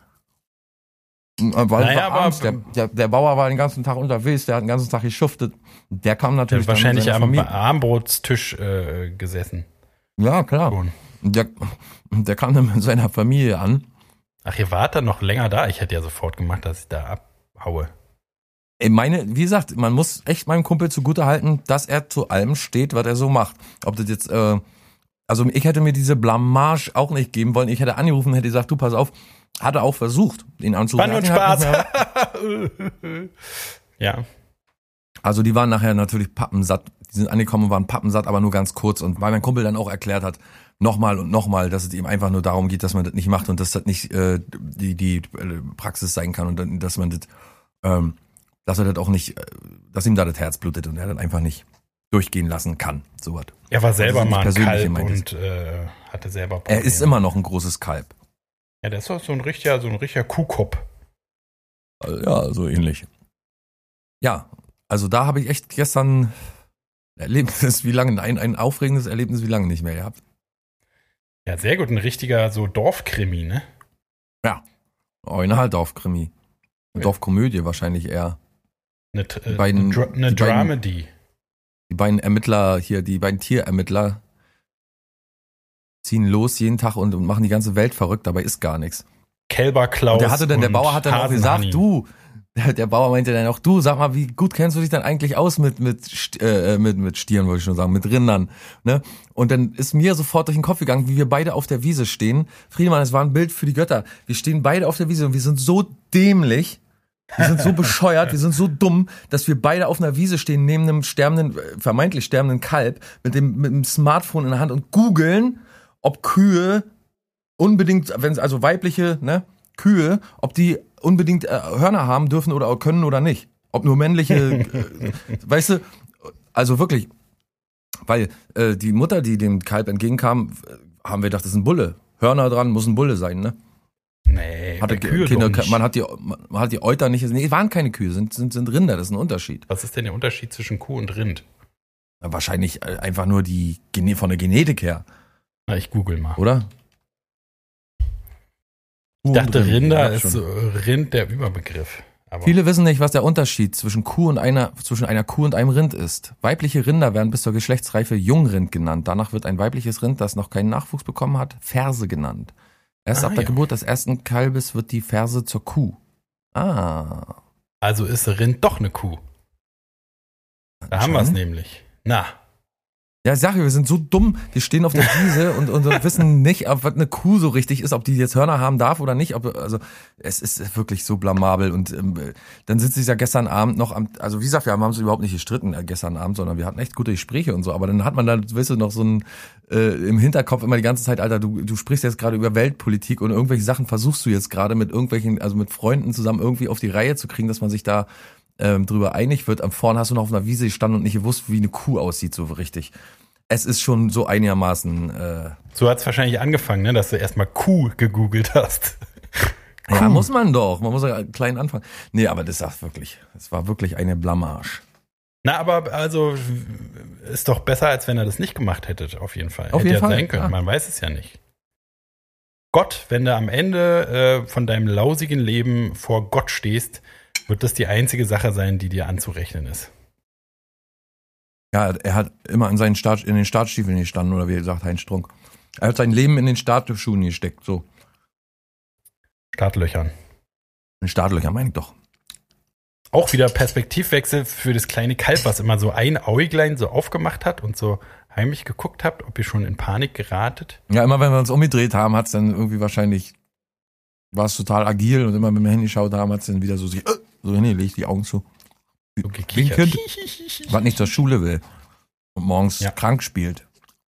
Äh, Weil Naja, war aber- abends, der, der, der Bauer war den ganzen Tag unterwegs, der hat den ganzen Tag geschuftet. Der kam Der natürlich hat wahrscheinlich dann am mit seiner Familie. Armbrotstisch äh, gesessen. Ja, klar. Schon. Der, der kam dann mit seiner Familie an. Ach, ihr wart dann noch länger da? Ich hätte ja sofort gemacht, dass ich da abhaue. Ey, meine, wie gesagt, man muss echt meinem Kumpel zugutehalten, dass er zu allem steht, was er so macht. Ob das jetzt, äh, also ich hätte mir diese Blamage auch nicht geben wollen. Ich hätte angerufen, hätte gesagt, du pass auf, hat er auch versucht, ihn anzurufen. War nur Hat ihn halt Spaß. nicht mehr- Ja. Also die waren nachher natürlich pappensatt. Die sind angekommen und waren pappensatt, aber nur ganz kurz. Und weil mein Kumpel dann auch erklärt hat, nochmal und nochmal, dass es ihm einfach nur darum geht, dass man das nicht macht und dass das nicht äh, die die äh, Praxis sein kann und dann, dass man das, ähm, dass er das auch nicht, äh, dass ihm da das Herz blutet und er das einfach nicht durchgehen lassen kann. Sowas. Er war selber Also mal ein persönlich Kalb gemeint und äh, hatte selber Er Probleme. ist immer noch ein großes Kalb. Ja, der ist doch so ein richtiger, so ein richtiger Kuhkopf. Also, ja, so ähnlich. Ja, also da habe ich echt gestern Erlebnis wie lange, ein, ein aufregendes Erlebnis wie lange nicht mehr gehabt. Ja, sehr gut. Ein richtiger so Dorfkrimi, ne? Original Dorfkrimi. Ja. Dorfkomödie wahrscheinlich eher. Eine, äh, Die beiden- eine, Dra eine die beiden- Dramedy. Die beiden Ermittler hier, die beiden Tierermittler ziehen los jeden Tag und, und machen die ganze Welt verrückt, dabei ist gar nichts. Kälber Klaus. Und der hatte dann, der und Bauer hat dann auch Hasenhanni. gesagt, du, der, der Bauer meinte dann auch, du, sag mal, wie gut kennst du dich denn eigentlich aus mit, mit, St- äh, mit, mit Stieren, wollte ich schon sagen, mit Rindern, ne? Und dann ist mir sofort durch den Kopf gegangen, wie wir beide auf der Wiese stehen. Friedemann, es war ein Bild für die Götter. Wir stehen beide auf der Wiese und wir sind so dämlich, wir sind so bescheuert, wir sind so dumm, dass wir beide auf einer Wiese stehen, neben einem sterbenden, äh, vermeintlich sterbenden Kalb, mit dem, mit dem Smartphone in der Hand und googeln, ob Kühe unbedingt, wenn also weibliche, ne, Kühe, ob die unbedingt äh, Hörner haben dürfen oder können oder nicht. Ob nur männliche, äh, weißt du, also wirklich, weil äh, die Mutter, die dem Kalb entgegenkam, äh, haben wir gedacht, das ist ein Bulle. Hörner dran, muss ein Bulle sein, ne? Nee, Hatte Kühe keine, doch nicht. man hat die, man hat die Euter nicht, nee, waren keine Kühe, sind, sind, sind Rinder, das ist ein Unterschied. Was ist denn der Unterschied zwischen Kuh und Rind? Ja, wahrscheinlich einfach nur die, Gene- von der Genetik her, Na, ich google mal. oder? Ich dachte, Rinder Ja, ist schon. so Rind der Überbegriff. Aber Viele wissen nicht, was der Unterschied zwischen Kuh und einer, zwischen einer Kuh und einem Rind ist. Weibliche Rinder werden bis zur Geschlechtsreife Jungrind genannt. Danach wird ein weibliches Rind, das noch keinen Nachwuchs bekommen hat, Ferse genannt. Erst Ah, ab der ja. Geburt des ersten Kalbes wird die Ferse zur Kuh. Ah. also ist Rind doch eine Kuh. Da haben wir es nämlich. Na, Ja, ich sag ja, wir sind so dumm, wir stehen auf der Wiese und, und wissen nicht, ob was eine Kuh so richtig ist, ob die jetzt Hörner haben darf oder nicht. Ob, also es ist wirklich so blamabel. Und ähm, dann sitze ich ja gestern Abend noch am, also wie gesagt, wir haben uns überhaupt nicht gestritten äh, gestern Abend, sondern wir hatten echt gute Gespräche und so. Aber dann hat man da, weißt du, noch so ein äh, im Hinterkopf immer die ganze Zeit, Alter, du, du sprichst jetzt gerade über Weltpolitik und irgendwelche Sachen versuchst du jetzt gerade mit irgendwelchen, also mit Freunden zusammen irgendwie auf die Reihe zu kriegen, dass man sich da ähm, drüber einig wird. Am vorn hast du noch auf einer Wiese gestanden und nicht gewusst, wie eine Kuh aussieht, so richtig. Es ist schon so einigermaßen, äh, so hat es wahrscheinlich angefangen, ne, dass du erstmal Kuh gegoogelt hast. ja, muss man doch. Man muss ja klein anfangen. Nee, aber das sagt wirklich, es war wirklich eine Blamage. Na, aber also ist doch besser, als wenn er das nicht gemacht hätte, auf jeden Fall. Auf Hätte jeden ja Fall, sein können, ja. man weiß es ja nicht. Gott, wenn du am Ende äh, von deinem lausigen Leben vor Gott stehst, wird das die einzige Sache sein, die dir anzurechnen ist. Ja, er hat immer in seinen Start, in den Startstiefeln gestanden, oder wie gesagt, Heinz Strunk. Er hat sein Leben in den Startschuhen gesteckt, so. Startlöchern. In Startlöcher, meine ich doch. Auch wieder Perspektivwechsel für das kleine Kalb, was immer so ein Äuglein so aufgemacht hat und so heimlich geguckt habt, ob ihr schon in Panik geratet. Ja, immer wenn wir uns umgedreht haben, hat's dann irgendwie wahrscheinlich, war es total agil und immer wenn wir hingeschaut haben, hat's dann wieder so sich, äh, so hingelegt, die Augen zu. So Wie ein gekichert. Kind, was nicht zur Schule will und morgens Ja. krank spielt.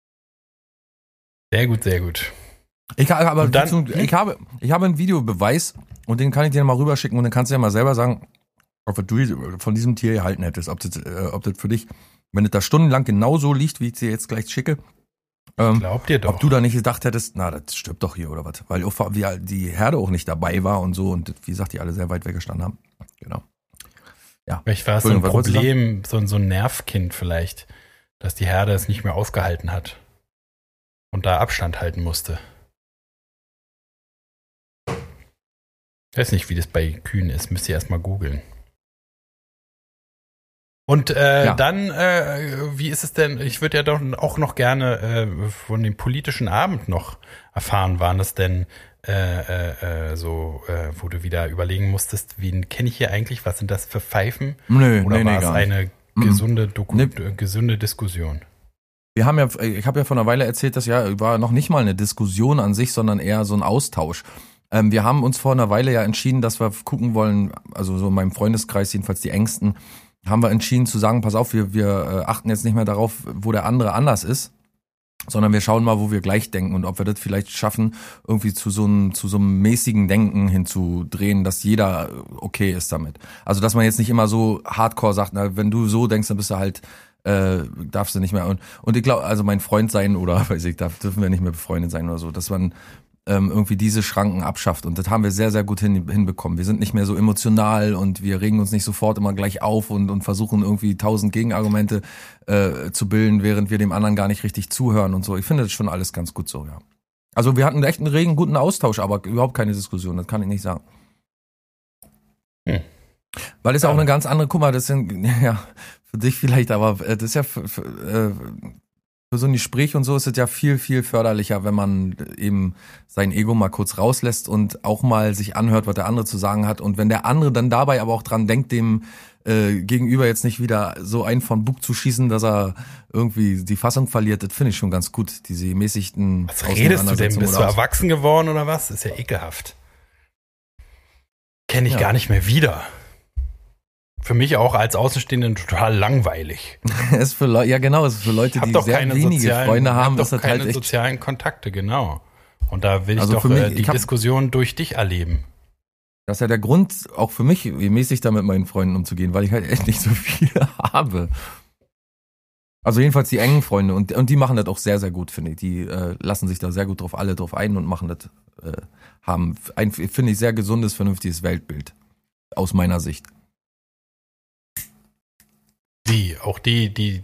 Sehr gut, sehr gut. Ich, ha- aber Und dann- ich, habe, ich habe einen Videobeweis und den kann ich dir mal rüberschicken und dann kannst du ja mal selber sagen, ob du von diesem Tier gehalten hättest, ob das, äh, ob das für dich, wenn es da stundenlang genau so liegt, wie ich dir jetzt gleich schicke, ähm, Glaubt ihr doch. ob du da nicht gedacht hättest, na, das stirbt doch hier oder was, weil auch, wie die Herde auch nicht dabei war und so und wie gesagt, die alle sehr weit weggestanden haben. Genau. Ja. Vielleicht war es so ein Entschuldigung, was wolltest du Problem, so ein, so ein Nervkind vielleicht, dass die Herde es nicht mehr ausgehalten hat und da Abstand halten musste. Ich weiß nicht, wie das bei Kühen ist, müsst ihr erst mal googeln. Und äh, Ja. dann, äh, wie ist es denn, ich würde ja doch auch noch gerne äh, von dem politischen Abend noch erfahren, waren das denn äh, äh, äh, so, äh, wo du wieder überlegen musstest, wen kenne ich hier eigentlich, was sind das für Pfeifen? Nö, Oder nee, war nee, es gar nicht. eine Mhm. gesunde, Doku Nee. äh, gesunde Diskussion? Wir haben ja, ich habe ja vor einer Weile erzählt, dass ja war noch nicht mal eine Diskussion an sich, sondern eher so ein Austausch. Ähm, wir haben uns vor einer Weile ja entschieden, dass wir gucken wollen, also so in meinem Freundeskreis, jedenfalls die Engsten, haben wir entschieden zu sagen, pass auf, wir, wir äh, achten jetzt nicht mehr darauf, wo der andere anders ist, sondern wir schauen mal, wo wir gleich denken und ob wir das vielleicht schaffen, irgendwie zu so einem, zu so einem mäßigen Denken hinzudrehen, dass jeder okay ist damit. Also, dass man jetzt nicht immer so hardcore sagt, na, wenn du so denkst, dann bist du halt, äh, darfst du nicht mehr. Und, und ich glaube, also mein Freund sein oder, weiß ich, da dürfen wir nicht mehr befreundet sein oder so, dass man ähm, irgendwie diese Schranken abschafft. Und das haben wir sehr, sehr gut hin, hinbekommen. Wir sind nicht mehr so emotional und wir regen uns nicht sofort immer gleich auf und, und versuchen irgendwie tausend Gegenargumente äh, zu bilden, während wir dem anderen gar nicht richtig zuhören und so. Ich finde das schon alles ganz gut so, ja. Also wir hatten echt einen regen, guten Austausch, aber überhaupt keine Diskussion, das kann ich nicht sagen. Hm. Weil es ja auch Ja. eine ganz andere, guck mal, das sind, ja, für dich vielleicht, aber äh, das ist ja für, für, äh, für so ein Gespräch und so ist es ja viel, viel förderlicher, wenn man eben sein Ego mal kurz rauslässt und auch mal sich anhört, was der andere zu sagen hat. Und wenn der andere dann dabei aber auch dran denkt, dem äh, Gegenüber jetzt nicht wieder so einen von Bug zu schießen, dass er irgendwie die Fassung verliert, das finde ich schon ganz gut, diese gemäßigten Was redest du denn? Auseinandersetzungen Bist du oder aus- erwachsen geworden oder was? Ist ja ekelhaft. Kenne ich Ja. gar nicht mehr wieder. Für mich auch als Außenstehenden total langweilig. ist für Leu- ja genau, ist für Leute, Ich hab die doch sehr keine wenige sozialen, Freunde hab haben, doch ist das keine halt echt. sozialen Kontakte, genau. Und da will ich Also doch für mich- äh, die ich hab- Diskussion durch dich erleben. Das ist ja der Grund, auch für mich, mäßig da mit meinen Freunden umzugehen, weil ich halt echt nicht so viel habe. Also jedenfalls die engen Freunde und, und die machen das auch sehr, sehr gut, finde ich. Die äh, lassen sich da sehr gut drauf, alle drauf ein und machen das, äh, haben ein, finde ich, sehr gesundes, vernünftiges Weltbild. Aus meiner Sicht. Wie? Auch die, die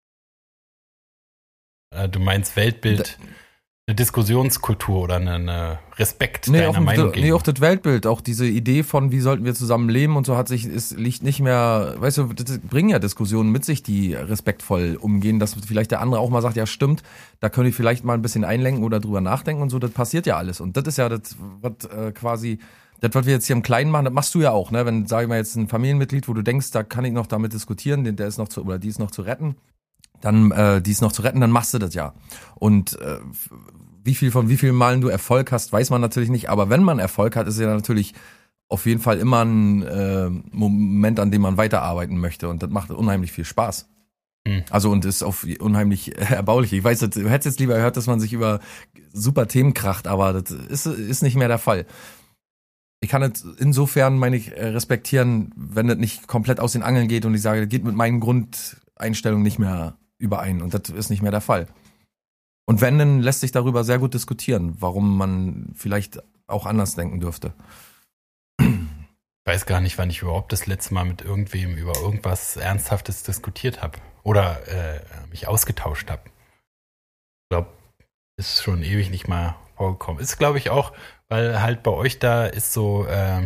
äh, du meinst Weltbild, da, eine Diskussionskultur oder eine, eine Respekt nee, deiner auch, Meinung nee, auch das Weltbild, auch diese Idee von, wie sollten wir zusammen leben und so hat sich, es liegt nicht mehr, weißt du, das bringen ja Diskussionen mit sich, die respektvoll umgehen, dass vielleicht der andere auch mal sagt, ja stimmt, da könnte ich vielleicht mal ein bisschen einlenken oder drüber nachdenken und so, das passiert ja alles und das ist ja das, was äh, quasi, das, was wir jetzt hier im Kleinen machen, das machst du ja auch, ne, wenn, sag ich mal, jetzt ein Familienmitglied, wo du denkst, da kann ich noch damit diskutieren, der ist noch zu, oder die ist noch zu retten, dann, äh, die ist noch zu retten, dann machst du das ja. Und äh, wie viel von wie vielen Malen du Erfolg hast, weiß man natürlich nicht. Aber wenn man Erfolg hat, ist ja natürlich auf jeden Fall immer ein äh, Moment, an dem man weiterarbeiten möchte. Und das macht unheimlich viel Spaß. Mhm. Also und ist auf unheimlich erbaulich. Ich weiß, du hättest jetzt lieber gehört, dass man sich über super Themen kracht, aber das ist, ist nicht mehr der Fall. Ich kann es insofern, meine ich, respektieren, wenn das nicht komplett aus den Angeln geht und ich sage, das geht mit meinen Grundeinstellungen nicht mehr überein. Und das ist nicht mehr der Fall. Und wenn, dann lässt sich darüber sehr gut diskutieren, warum man vielleicht auch anders denken dürfte. Ich weiß gar nicht, wann ich überhaupt das letzte Mal mit irgendwem über irgendwas Ernsthaftes diskutiert habe oder äh, mich ausgetauscht habe. Ich glaube, ist schon ewig nicht mal vorgekommen. Ist, glaube ich, auch, weil halt bei euch da ist so, äh,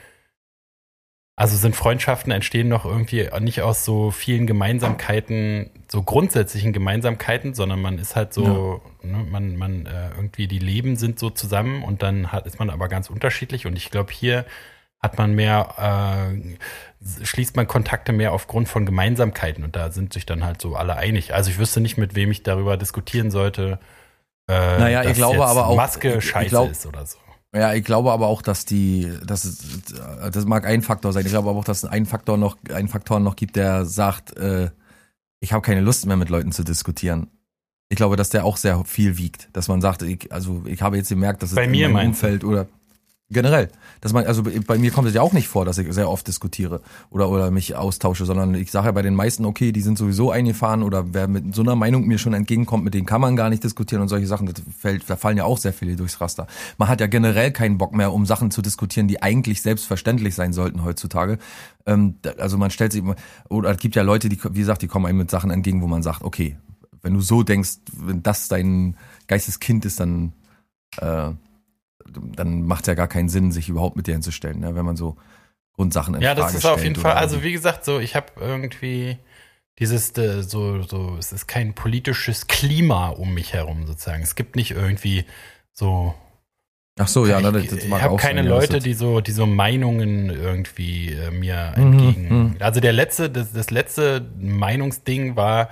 also sind Freundschaften entstehen noch irgendwie nicht aus so vielen Gemeinsamkeiten, so grundsätzlichen Gemeinsamkeiten, sondern man ist halt so, ja. ne, man, man äh, irgendwie die Leben sind so zusammen und dann hat, ist man aber ganz unterschiedlich und ich glaube, hier hat man mehr, äh, schließt man Kontakte mehr aufgrund von Gemeinsamkeiten und da sind sich dann halt so alle einig. Also ich wüsste nicht, mit wem ich darüber diskutieren sollte, äh, naja, dass ich glaube jetzt aber auch, Maske ich, scheiße ich glaub, ist oder so. Ja, ich glaube aber auch, dass die, das, das mag ein Faktor sein. Ich glaube aber auch, dass es einen Faktor noch, einen Faktor noch gibt, der sagt, äh, ich habe keine Lust mehr mit Leuten zu diskutieren. Ich glaube, dass der auch sehr viel wiegt, dass man sagt, ich, also ich habe jetzt gemerkt, dass es bei in mir meinem Umfeld oder generell, dass man, also bei mir kommt es ja auch nicht vor, dass ich sehr oft diskutiere oder oder mich austausche, sondern ich sage ja bei den meisten, okay, die sind sowieso eingefahren oder wer mit so einer Meinung mir schon entgegenkommt, mit denen kann man gar nicht diskutieren und solche Sachen, das fällt, da fallen ja auch sehr viele durchs Raster. Man hat ja generell keinen Bock mehr, um Sachen zu diskutieren, die eigentlich selbstverständlich sein sollten heutzutage. Ähm, also man stellt sich, oder es gibt ja Leute, die, wie gesagt, die kommen einem mit Sachen entgegen, wo man sagt, okay, wenn du so denkst, wenn das dein Geisteskind ist, dann äh, dann macht es ja gar keinen Sinn, sich überhaupt mit dir hinzustellen, ne? Wenn man so Grundsachen in Ja, Frage das ist stellt auf jeden Fall, oder- also wie gesagt, so ich habe irgendwie dieses äh, so so es ist kein politisches Klima um mich herum sozusagen. Es gibt nicht irgendwie so Ach so, ja, ich, ne, das, das ich mag habe auch keine sein, ja, Leute, das- die so die so Meinungen irgendwie äh, mir Mhm, entgegen. mhm. Also der letzte das, das letzte Meinungsding war,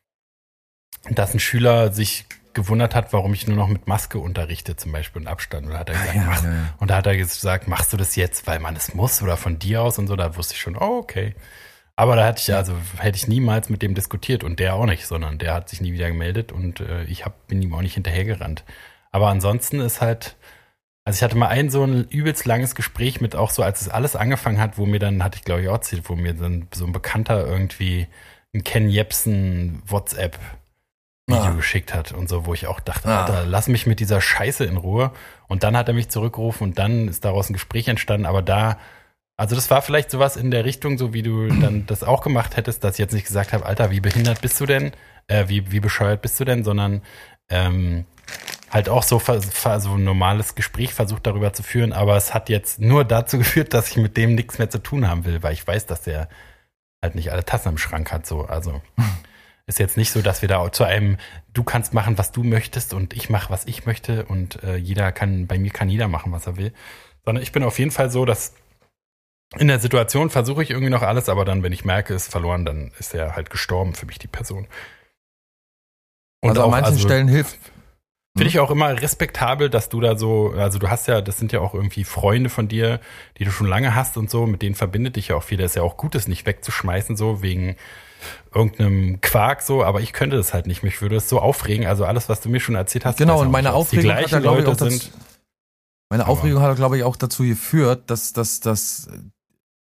dass ein Schüler sich gewundert hat, warum ich nur noch mit Maske unterrichte, zum Beispiel in Abstand. Und da hat er gesagt, Ja, mach, ja, ja. und da hat er gesagt, machst du das jetzt, weil man es muss oder von dir aus und so. Da wusste ich schon, oh, okay. Aber da hatte ich, also hätte ich niemals mit dem diskutiert und der auch nicht, sondern der hat sich nie wieder gemeldet und äh, ich hab, bin ihm auch nicht hinterhergerannt. Aber ansonsten ist halt, also ich hatte mal ein so ein übelst langes Gespräch mit auch so, als es alles angefangen hat, wo mir dann, hatte ich glaube ich auch erzählt, wo mir dann so ein Bekannter irgendwie ein Ken Jebsen WhatsApp Video Ah. geschickt hat und so, wo ich auch dachte, Ah. Alter, lass mich mit dieser Scheiße in Ruhe. Und dann hat er mich zurückgerufen und dann ist daraus ein Gespräch entstanden, aber da, also das war vielleicht sowas in der Richtung, so wie du dann das auch gemacht hättest, dass ich jetzt nicht gesagt habe, Alter, wie behindert bist du denn? Äh, wie, wie bescheuert bist du denn? Sondern ähm, halt auch so, so ein normales Gespräch versucht darüber zu führen, aber es hat jetzt nur dazu geführt, dass ich mit dem nichts mehr zu tun haben will, weil ich weiß, dass der halt nicht alle Tassen im Schrank hat, so, also ist jetzt nicht so, dass wir da zu einem, du kannst machen, was du möchtest und ich mache, was ich möchte und äh, jeder kann, bei mir kann jeder machen, was er will. Sondern ich bin auf jeden Fall so, dass in der Situation versuche ich irgendwie noch alles, aber dann, wenn ich merke, es ist verloren, dann ist er halt gestorben für mich, die Person. Und also an auch, manchen also, Stellen hilft. Finde ich auch immer respektabel, dass du da so, also du hast ja, das sind ja auch irgendwie Freunde von dir, die du schon lange hast und so, mit denen verbindet dich ja auch viel. Das ist ja auch gut, das nicht wegzuschmeißen, so wegen irgendeinem Quark so, aber ich könnte das halt nicht. Mich würde es so aufregen. Also alles, was du mir schon erzählt hast. Genau, weiß und auch meine nicht, ob's die Aufregung hat gleichen ja, glaube ich, Leute auch dazu, sind. meine Aber- Aufregung hat, glaube ich, auch dazu geführt, dass, dass, dass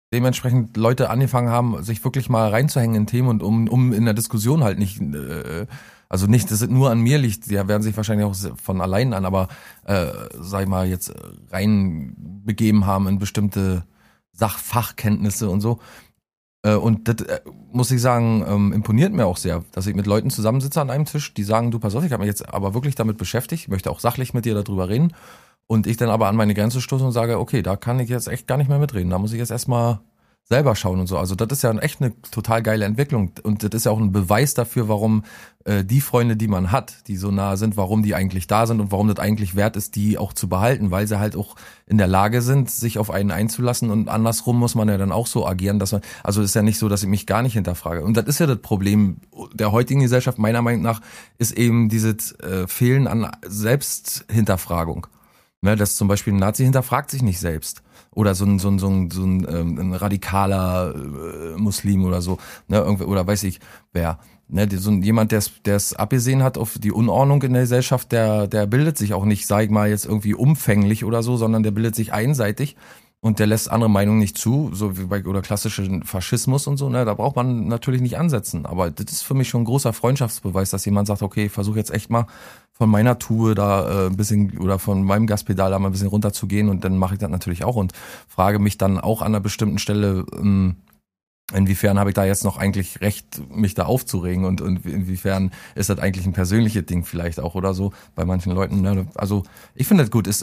dementsprechend Leute angefangen haben, sich wirklich mal reinzuhängen in Themen und um, um in der Diskussion halt nicht, äh, also nicht, dass es nur an mir liegt, die werden sich wahrscheinlich auch von allein an, aber äh, sag ich mal, jetzt reinbegeben haben in bestimmte Sachfachkenntnisse und so. Äh, und das, äh, muss ich sagen, ähm, imponiert mir auch sehr, dass ich mit Leuten zusammensitze an einem Tisch, die sagen, du pass auf, ich habe mich jetzt aber wirklich damit beschäftigt, möchte auch sachlich mit dir darüber reden. Und ich dann aber an meine Grenze stoße und sage, okay, da kann ich jetzt echt gar nicht mehr mitreden. Da muss ich jetzt erstmal selber schauen und so. Also das ist ja echt eine total geile Entwicklung. Und das ist ja auch ein Beweis dafür, warum äh, die Freunde, die man hat, die so nah sind, warum die eigentlich da sind und warum das eigentlich wert ist, die auch zu behalten, weil sie halt auch in der Lage sind, sich auf einen einzulassen. Und andersrum muss man ja dann auch so agieren, dass man, also ist ja nicht so, dass ich mich gar nicht hinterfrage. Und das ist ja das Problem der heutigen Gesellschaft, meiner Meinung nach, ist eben dieses äh, Fehlen an Selbsthinterfragung. Ne, dass zum Beispiel ein Nazi hinterfragt sich nicht selbst. Oder so ein, so ein, so ein, so ein, ähm, ein radikaler äh, Muslim oder so. Ne, irgendwie, oder weiß ich wer. Ne, so ein, jemand, der es abgesehen hat auf die Unordnung in der Gesellschaft, der, der bildet sich auch nicht, sag ich mal, jetzt irgendwie umfänglich oder so, sondern der bildet sich einseitig. Und der lässt andere Meinungen nicht zu, so wie bei oder klassischen Faschismus und so, ne, da braucht man natürlich nicht ansetzen. Aber das ist für mich schon ein großer Freundschaftsbeweis, dass jemand sagt, okay, ich versuche jetzt echt mal von meiner Tour da äh, ein bisschen oder von meinem Gaspedal da mal ein bisschen runterzugehen und dann mache ich das natürlich auch und frage mich dann auch an einer bestimmten Stelle, ähm, inwiefern habe ich da jetzt noch eigentlich Recht, mich da aufzuregen und, und inwiefern ist das eigentlich ein persönliches Ding vielleicht auch oder so bei manchen Leuten. Ne? Also ich finde das gut, es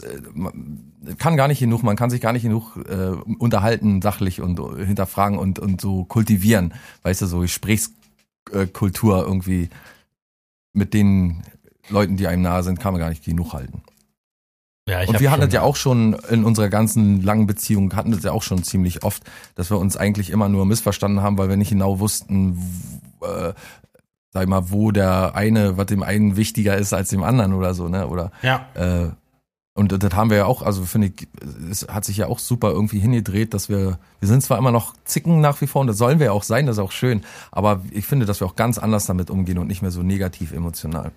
kann gar nicht genug, man kann sich gar nicht genug äh, unterhalten, sachlich und hinterfragen und, und so kultivieren, weißt du, so Gesprächskultur irgendwie mit den Leuten, die einem nahe sind, kann man gar nicht genug halten. Ja, ich und wir hatten das ja mal. auch schon in unserer ganzen langen Beziehung, hatten das ja auch schon ziemlich oft, dass wir uns eigentlich immer nur missverstanden haben, weil wir nicht genau wussten, äh, sag ich mal, wo der eine, was dem einen wichtiger ist als dem anderen oder so, ne? Oder ja. äh, und das haben wir ja auch, also finde ich, es hat sich ja auch super irgendwie hingedreht, dass wir, wir sind zwar immer noch Zicken nach wie vor und das sollen wir ja auch sein, das ist auch schön, aber ich finde, dass wir auch ganz anders damit umgehen und nicht mehr so negativ emotional.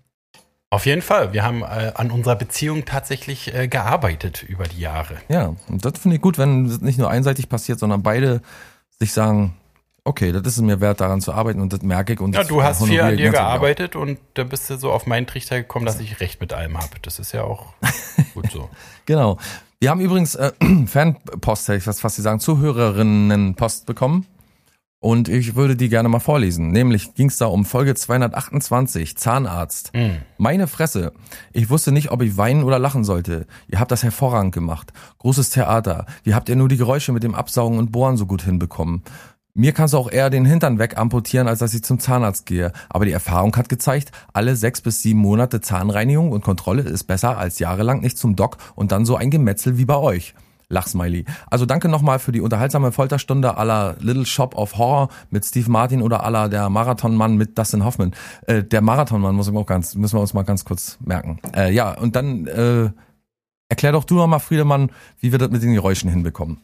Auf jeden Fall. Wir haben äh, an unserer Beziehung tatsächlich äh, gearbeitet über die Jahre. Ja, und das finde ich gut, wenn es nicht nur einseitig passiert, sondern beide sich sagen, okay, das ist es mir wert, daran zu arbeiten und das merke ich. Und ja, das du hast viel an dir gearbeitet auch. Und da bist du so auf meinen Trichter gekommen, dass ich recht mit allem habe. Das ist ja auch gut so. Genau. Wir haben übrigens äh, Fanpost, hätte ich fast fast sagen, Zuhörerinnenpost bekommen. Und ich würde die gerne mal vorlesen. Nämlich ging es da um Folge zweihundertachtundzwanzig, Zahnarzt. Mm. Meine Fresse. Ich wusste nicht, ob ich weinen oder lachen sollte. Ihr habt das hervorragend gemacht. Großes Theater. Wie habt ihr nur die Geräusche mit dem Absaugen und Bohren so gut hinbekommen? Mir kannst du auch eher den Hintern wegamputieren, als dass ich zum Zahnarzt gehe. Aber die Erfahrung hat gezeigt, alle sechs bis sieben Monate Zahnreinigung und Kontrolle ist besser als jahrelang nicht zum Doc und dann so ein Gemetzel wie bei euch. Lachsmiley. Also danke nochmal für die unterhaltsame Folterstunde à la Little Shop of Horror mit Steve Martin oder à la der Marathonmann mit Dustin Hoffman. Äh, der Marathonmann muss ich auch ganz, müssen wir uns mal ganz kurz merken. Äh, ja, und dann äh, erklär doch du nochmal, Friedemann, wie wir das mit den Geräuschen hinbekommen.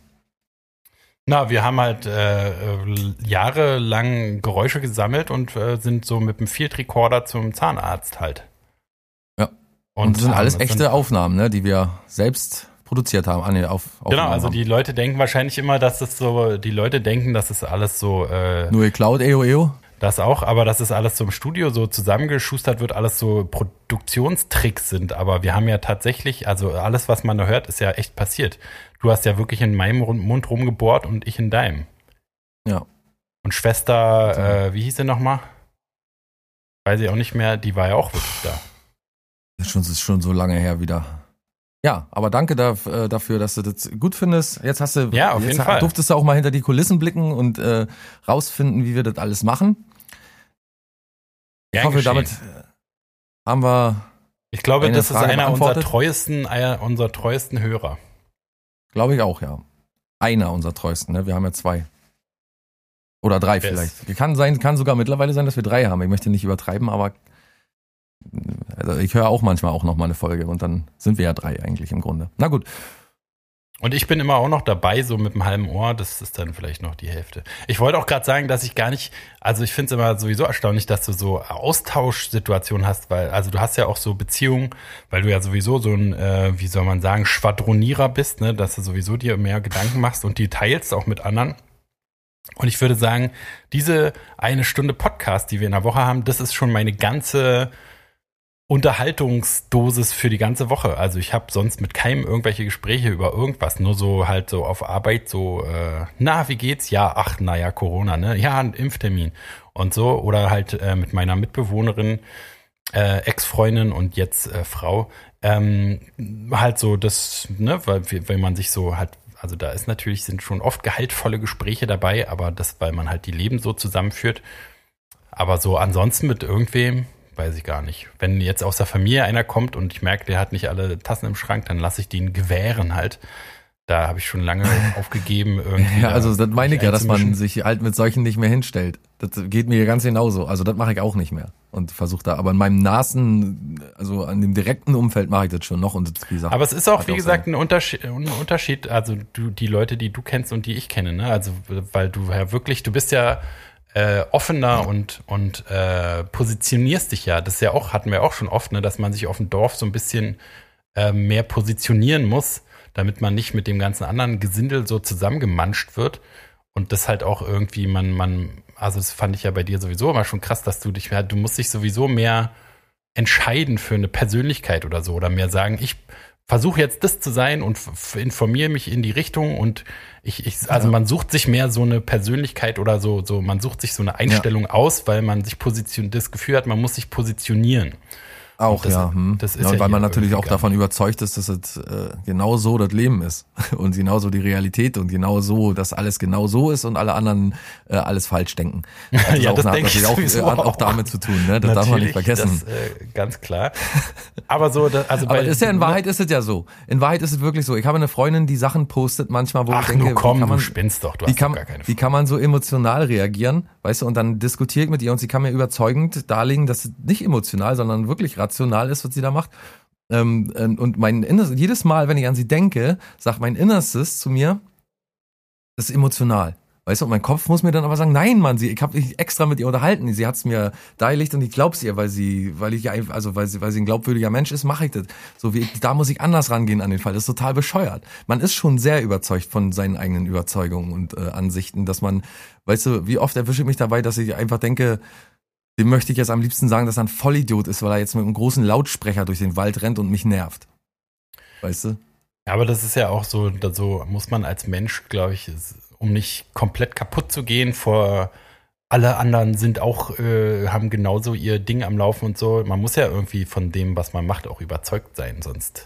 Na, wir haben halt äh, jahrelang Geräusche gesammelt und äh, sind so mit dem Field Recorder zum Zahnarzt halt. Ja. Und, und das sind alles echte sind Aufnahmen, ne, die wir selbst produziert haben. Ah, nee, auf, genau, also haben. Die Leute denken wahrscheinlich immer, dass es so, die Leute denken, dass es alles so äh, nur geklaut, eo eo. Das auch, aber dass es alles so im Studio so zusammengeschustert wird, alles so Produktionstricks sind. Aber wir haben ja tatsächlich, also alles, was man da hört, ist ja echt passiert. Du hast ja wirklich in meinem Mund rumgebohrt und ich in deinem. Ja. Und Schwester, äh, wie hieß sie nochmal? Weiß ich auch nicht mehr, die war ja auch wirklich da. Das ist schon, das ist schon so lange her wieder. Ja, aber danke dafür, dass du das gut findest. Jetzt hast du, ja, auf jetzt jeden Fall. Durftest du auch mal hinter die Kulissen blicken und äh, rausfinden, wie wir das alles machen. Ja, ich hoffe, geschehen. damit haben wir. Ich glaube, das Frage ist einer unserer treuesten, einer unserer treuesten Hörer. Glaube ich auch, ja. Einer unserer treuesten, ne? Wir haben ja zwei. Oder drei yes. vielleicht. Kann sein, kann sogar mittlerweile sein, dass wir drei haben. Ich möchte nicht übertreiben, aber also ich höre auch manchmal auch noch mal eine Folge und dann sind wir ja drei eigentlich im Grunde. Na gut. Und ich bin immer auch noch dabei, so mit einem halben Ohr, das ist dann vielleicht noch die Hälfte. Ich wollte auch gerade sagen, dass ich gar nicht, also ich finde es immer sowieso erstaunlich, dass du so Austauschsituationen hast, weil, also du hast ja auch so Beziehungen, weil du ja sowieso so ein, äh, wie soll man sagen, Schwadronierer bist, ne, dass du sowieso dir mehr Gedanken machst und die teilst auch mit anderen. Und ich würde sagen, diese eine Stunde Podcast, die wir in der Woche haben, das ist schon meine ganze Unterhaltungsdosis für die ganze Woche. Also ich habe sonst mit keinem irgendwelche Gespräche über irgendwas, nur so halt so auf Arbeit so, äh, na, wie geht's? Ja, ach, naja, Corona, ne? Ja, ein Impftermin und so. Oder halt äh, mit meiner Mitbewohnerin, äh, Ex-Freundin und jetzt äh, Frau, ähm, halt so das, ne, weil, weil man sich so halt, also da ist natürlich, sind schon oft gehaltvolle Gespräche dabei, aber das, weil man halt die Leben so zusammenführt. Aber so ansonsten mit irgendwem, weiß ich gar nicht. Wenn jetzt aus der Familie einer kommt und ich merke, der hat nicht alle Tassen im Schrank, dann lasse ich den gewähren halt. Da habe ich schon lange aufgegeben. Irgendwie ja, also das meine ich ja, dass man sich halt mit solchen nicht mehr hinstellt. Das geht mir ganz genauso. Also das mache ich auch nicht mehr und versuche da. Aber in meinem nahen, also an dem direkten Umfeld mache ich das schon noch. Und das, wie gesagt, aber es ist auch, wie auch gesagt, ein Unterschied, ein Unterschied. Also du, die Leute, die du kennst und die ich kenne, ne? Also weil du ja wirklich, du bist ja Äh, offener und und äh, positionierst dich ja. Das ist ja auch, hatten wir auch schon oft, ne, dass man sich auf dem Dorf so ein bisschen äh, mehr positionieren muss, damit man nicht mit dem ganzen anderen Gesindel so zusammengemanscht wird. Und das halt auch irgendwie, man, man, also das fand ich ja bei dir sowieso immer schon krass, dass du dich, du musst dich sowieso mehr entscheiden für eine Persönlichkeit oder so, oder mehr sagen, ich versuche jetzt das zu sein und f- informiere mich in die Richtung und ich, ich also ja. Man sucht sich mehr so eine Persönlichkeit oder so, so man sucht sich so eine Einstellung ja. aus, weil man sich positioniert, das Gefühl hat, man muss sich positionieren. Auch, das, ja. Hm. Das ist ja, ja weil man natürlich auch davon überzeugt ist, dass es äh, genau so das Leben ist und genau so die Realität und genau so, dass alles genau so ist und alle anderen äh, alles falsch denken. Also ja, auch, das hat denke ich natürlich auch, auch, hat auch damit zu tun, ne? Das darf man nicht vergessen. Das, äh, ganz klar. Aber so, das, also aber bei, ist ja in Wahrheit ist es ja so. In Wahrheit ist es wirklich so. Ich habe eine Freundin, die Sachen postet manchmal, wo Ach, ich denke, nur komm, wie kann man, du spinnst doch, du wie hast kann, doch gar keine Frage. Wie kann man so emotional reagieren, weißt du? Und dann diskutiere ich mit ihr und sie kann mir überzeugend darlegen, dass es nicht emotional, sondern wirklich rational ist, was sie da macht. Ähm, und mein Innerstes, jedes Mal, wenn ich an sie denke, sagt mein Innerstes zu mir, das ist emotional. Weißt du, und mein Kopf muss mir dann aber sagen, nein, Mann, sie, ich habe mich extra mit ihr unterhalten. Sie hat es mir dargelegt und ich glaub's ihr, weil sie, weil ich einfach, also weil sie, weil sie ein glaubwürdiger Mensch ist, mache ich das. So wie ich, da muss ich anders rangehen an den Fall. Das ist total bescheuert. Man ist schon sehr überzeugt von seinen eigenen Überzeugungen und äh, Ansichten, dass man, weißt du, wie oft erwische ich mich dabei, dass ich einfach denke, dem möchte ich jetzt am liebsten sagen, dass er ein Vollidiot ist, weil er jetzt mit einem großen Lautsprecher durch den Wald rennt und mich nervt. Weißt du? Ja, aber das ist ja auch so, so muss man als Mensch, glaube ich, um nicht komplett kaputt zu gehen vor alle anderen sind auch, äh, haben genauso ihr Ding am Laufen und so. Man muss ja irgendwie von dem, was man macht, auch überzeugt sein, sonst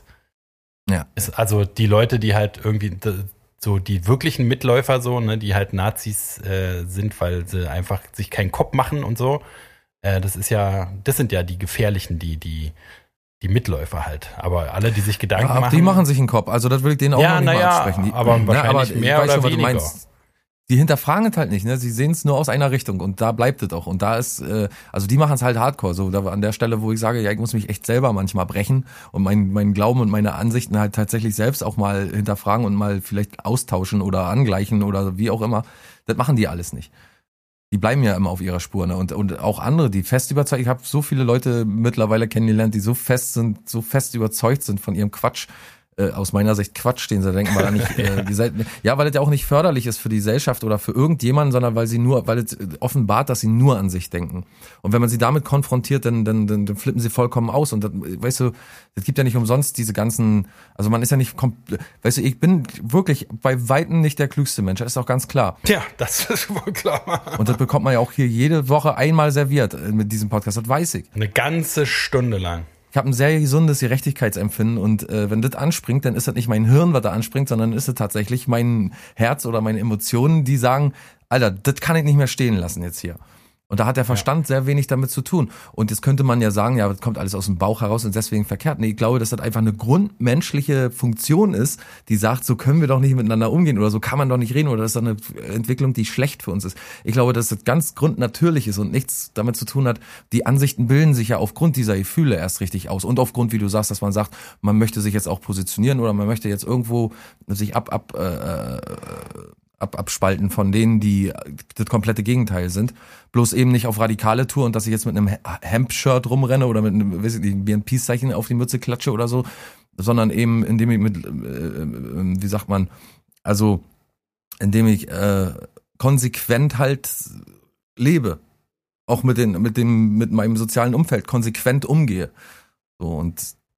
ja. ist also die Leute, die halt irgendwie so die wirklichen Mitläufer so, ne, die halt Nazis äh, sind, weil sie einfach sich keinen Kopf machen und so. Das ist ja, das sind ja die gefährlichen, die, die, die Mitläufer halt. Aber alle, die sich Gedanken ja, machen. Die machen sich einen Kopf. Also das will ich denen auch ja, noch nicht na mal ja, absprechen. Die, aber wahrscheinlich aber mehr oder schon, weniger. Meinst, die hinterfragen es halt nicht, ne? Sie sehen es nur aus einer Richtung und da bleibt es auch. Und da ist, äh, also die machen es halt hardcore. So da an der Stelle, wo ich sage, ja, ich muss mich echt selber manchmal brechen und meinen meinen Glauben und meine Ansichten halt tatsächlich selbst auch mal hinterfragen und mal vielleicht austauschen oder angleichen oder wie auch immer. Das machen die alles nicht. Die bleiben ja immer auf ihrer Spur, ne? Und, und auch andere, die fest überzeugt, ich habe so viele Leute mittlerweile kennengelernt, die so fest sind, so fest überzeugt sind von ihrem Quatsch, äh, aus meiner Sicht Quatsch, den sie denken, weil er nicht, äh, die Seite, ja, weil es ja auch nicht förderlich ist für die Gesellschaft oder für irgendjemanden, sondern weil sie nur, weil es offenbart, dass sie nur an sich denken. Und wenn man sie damit konfrontiert, dann, dann, dann, dann flippen sie vollkommen aus. Und das, weißt du, es gibt ja nicht umsonst diese ganzen, also man ist ja nicht, weißt du, ich bin wirklich bei Weitem nicht der klügste Mensch, das ist auch ganz klar. Ja, das ist wohl klar. Und das bekommt man ja auch hier jede Woche einmal serviert mit diesem Podcast, das weiß ich. Eine ganze Stunde lang. Ich habe ein sehr gesundes Gerechtigkeitsempfinden und äh, wenn das anspringt, dann ist das nicht mein Hirn, was da anspringt, sondern ist es tatsächlich mein Herz oder meine Emotionen, die sagen, Alter, das kann ich nicht mehr stehen lassen jetzt hier. Und da hat der Verstand ja. sehr wenig damit zu tun. Und jetzt könnte man ja sagen, ja, das kommt alles aus dem Bauch heraus und deswegen verkehrt. Nee, ich glaube, dass das einfach eine grundmenschliche Funktion ist, die sagt, so können wir doch nicht miteinander umgehen oder so kann man doch nicht reden oder das ist doch eine Entwicklung, die schlecht für uns ist. Ich glaube, dass das ganz grundnatürlich ist und nichts damit zu tun hat. Die Ansichten bilden sich ja aufgrund dieser Gefühle erst richtig aus und aufgrund, wie du sagst, dass man sagt, man möchte sich jetzt auch positionieren oder man möchte jetzt irgendwo sich ab, ab, äh, ab, abspalten von denen, die das komplette Gegenteil sind. Bloß eben nicht auf radikale Tour und dass ich jetzt mit einem Hemp-Shirt rumrenne oder mit einem, weiß ich nicht, mir ein Peace-Zeichen auf die Mütze klatsche oder so, sondern eben indem ich mit, äh, wie sagt man, also indem ich äh, konsequent halt lebe. Auch mit den, mit dem, mit meinem sozialen Umfeld konsequent umgehe. So und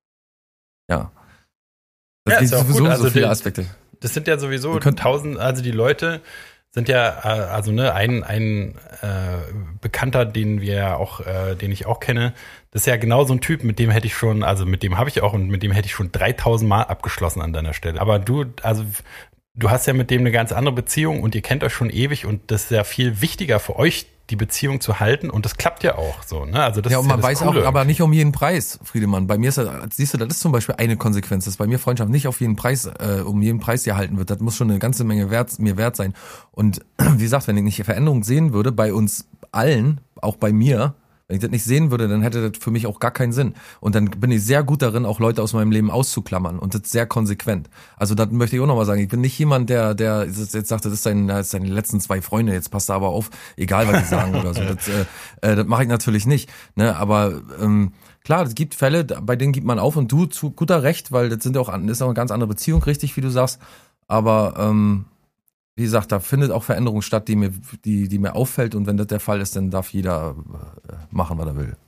ja. Das ja, sind ist sowieso gut. Also so viele die, Aspekte. Das sind ja sowieso tausend, also die Leute sind ja, also ne, ein, ein äh, Bekannter, den wir ja auch, äh, den ich auch kenne, das ist ja genau so ein Typ, mit dem hätte ich schon, also mit dem habe ich auch und mit dem hätte ich schon dreitausend Mal abgeschlossen an deiner Stelle. Aber du, also du hast ja mit dem eine ganz andere Beziehung und ihr kennt euch schon ewig und das ist ja viel wichtiger für euch, die Beziehung zu halten und das klappt ja auch so, ne? Also das ja, und ist man ja das weiß Coole auch, aber nicht um jeden Preis, Friedemann. Bei mir ist das, siehst du, das ist zum Beispiel eine Konsequenz, dass bei mir Freundschaft nicht auf jeden Preis, äh, um jeden Preis gehalten wird. Das muss schon eine ganze Menge wert, mir wert sein. Und wie gesagt, wenn ich nicht Veränderung sehen würde, bei uns allen, auch bei mir, wenn ich das nicht sehen würde, dann hätte das für mich auch gar keinen Sinn. Und dann bin ich sehr gut darin, auch Leute aus meinem Leben auszuklammern und das sehr konsequent. Also das möchte ich auch nochmal sagen. Ich bin nicht jemand, der der jetzt sagt, das ist sein, das ist seine letzten zwei Freunde, jetzt passt er aber auf, egal was die sagen oder so. Das, äh, äh, das mache ich natürlich nicht. Ne? Aber ähm, klar, es gibt Fälle, bei denen gibt man auf und du zu guter Recht, weil das sind ja auch, das ist auch eine ganz andere Beziehung, richtig, wie du sagst. Aber ähm, wie gesagt, da findet auch Veränderung statt, die mir, die, die mir auffällt. Und wenn das der Fall ist, dann darf jeder machen, was er will.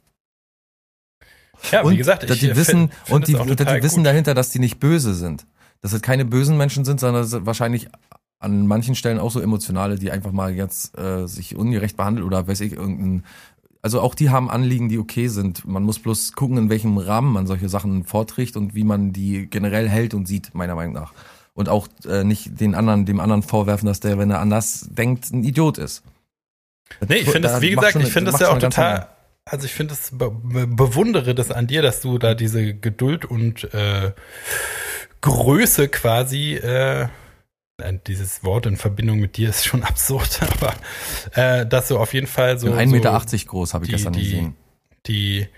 Ja, und wie gesagt, ich die wissen, find, und die, find die wissen dahinter, dass die nicht böse sind. Dass es keine bösen Menschen sind, sondern es sind wahrscheinlich an manchen Stellen auch so emotionale, die einfach mal jetzt äh, sich ungerecht behandelt oder weiß ich, irgendein. Also auch die haben Anliegen, die okay sind. Man muss bloß gucken, in welchem Rahmen man solche Sachen vorträgt und wie man die generell hält und sieht, meiner Meinung nach. Und auch äh, nicht den anderen, dem anderen vorwerfen, dass der, wenn er anders denkt, ein Idiot ist. Nee, ich finde das, wie gesagt, ich finde das ja auch total, also ich finde es, be bewundere das an dir, dass du da diese Geduld und äh, Größe quasi, äh, dieses Wort in Verbindung mit dir ist schon absurd, aber äh, dass du auf jeden Fall so. ein Meter achtzig so groß, habe ich die, gestern die, gesehen. Die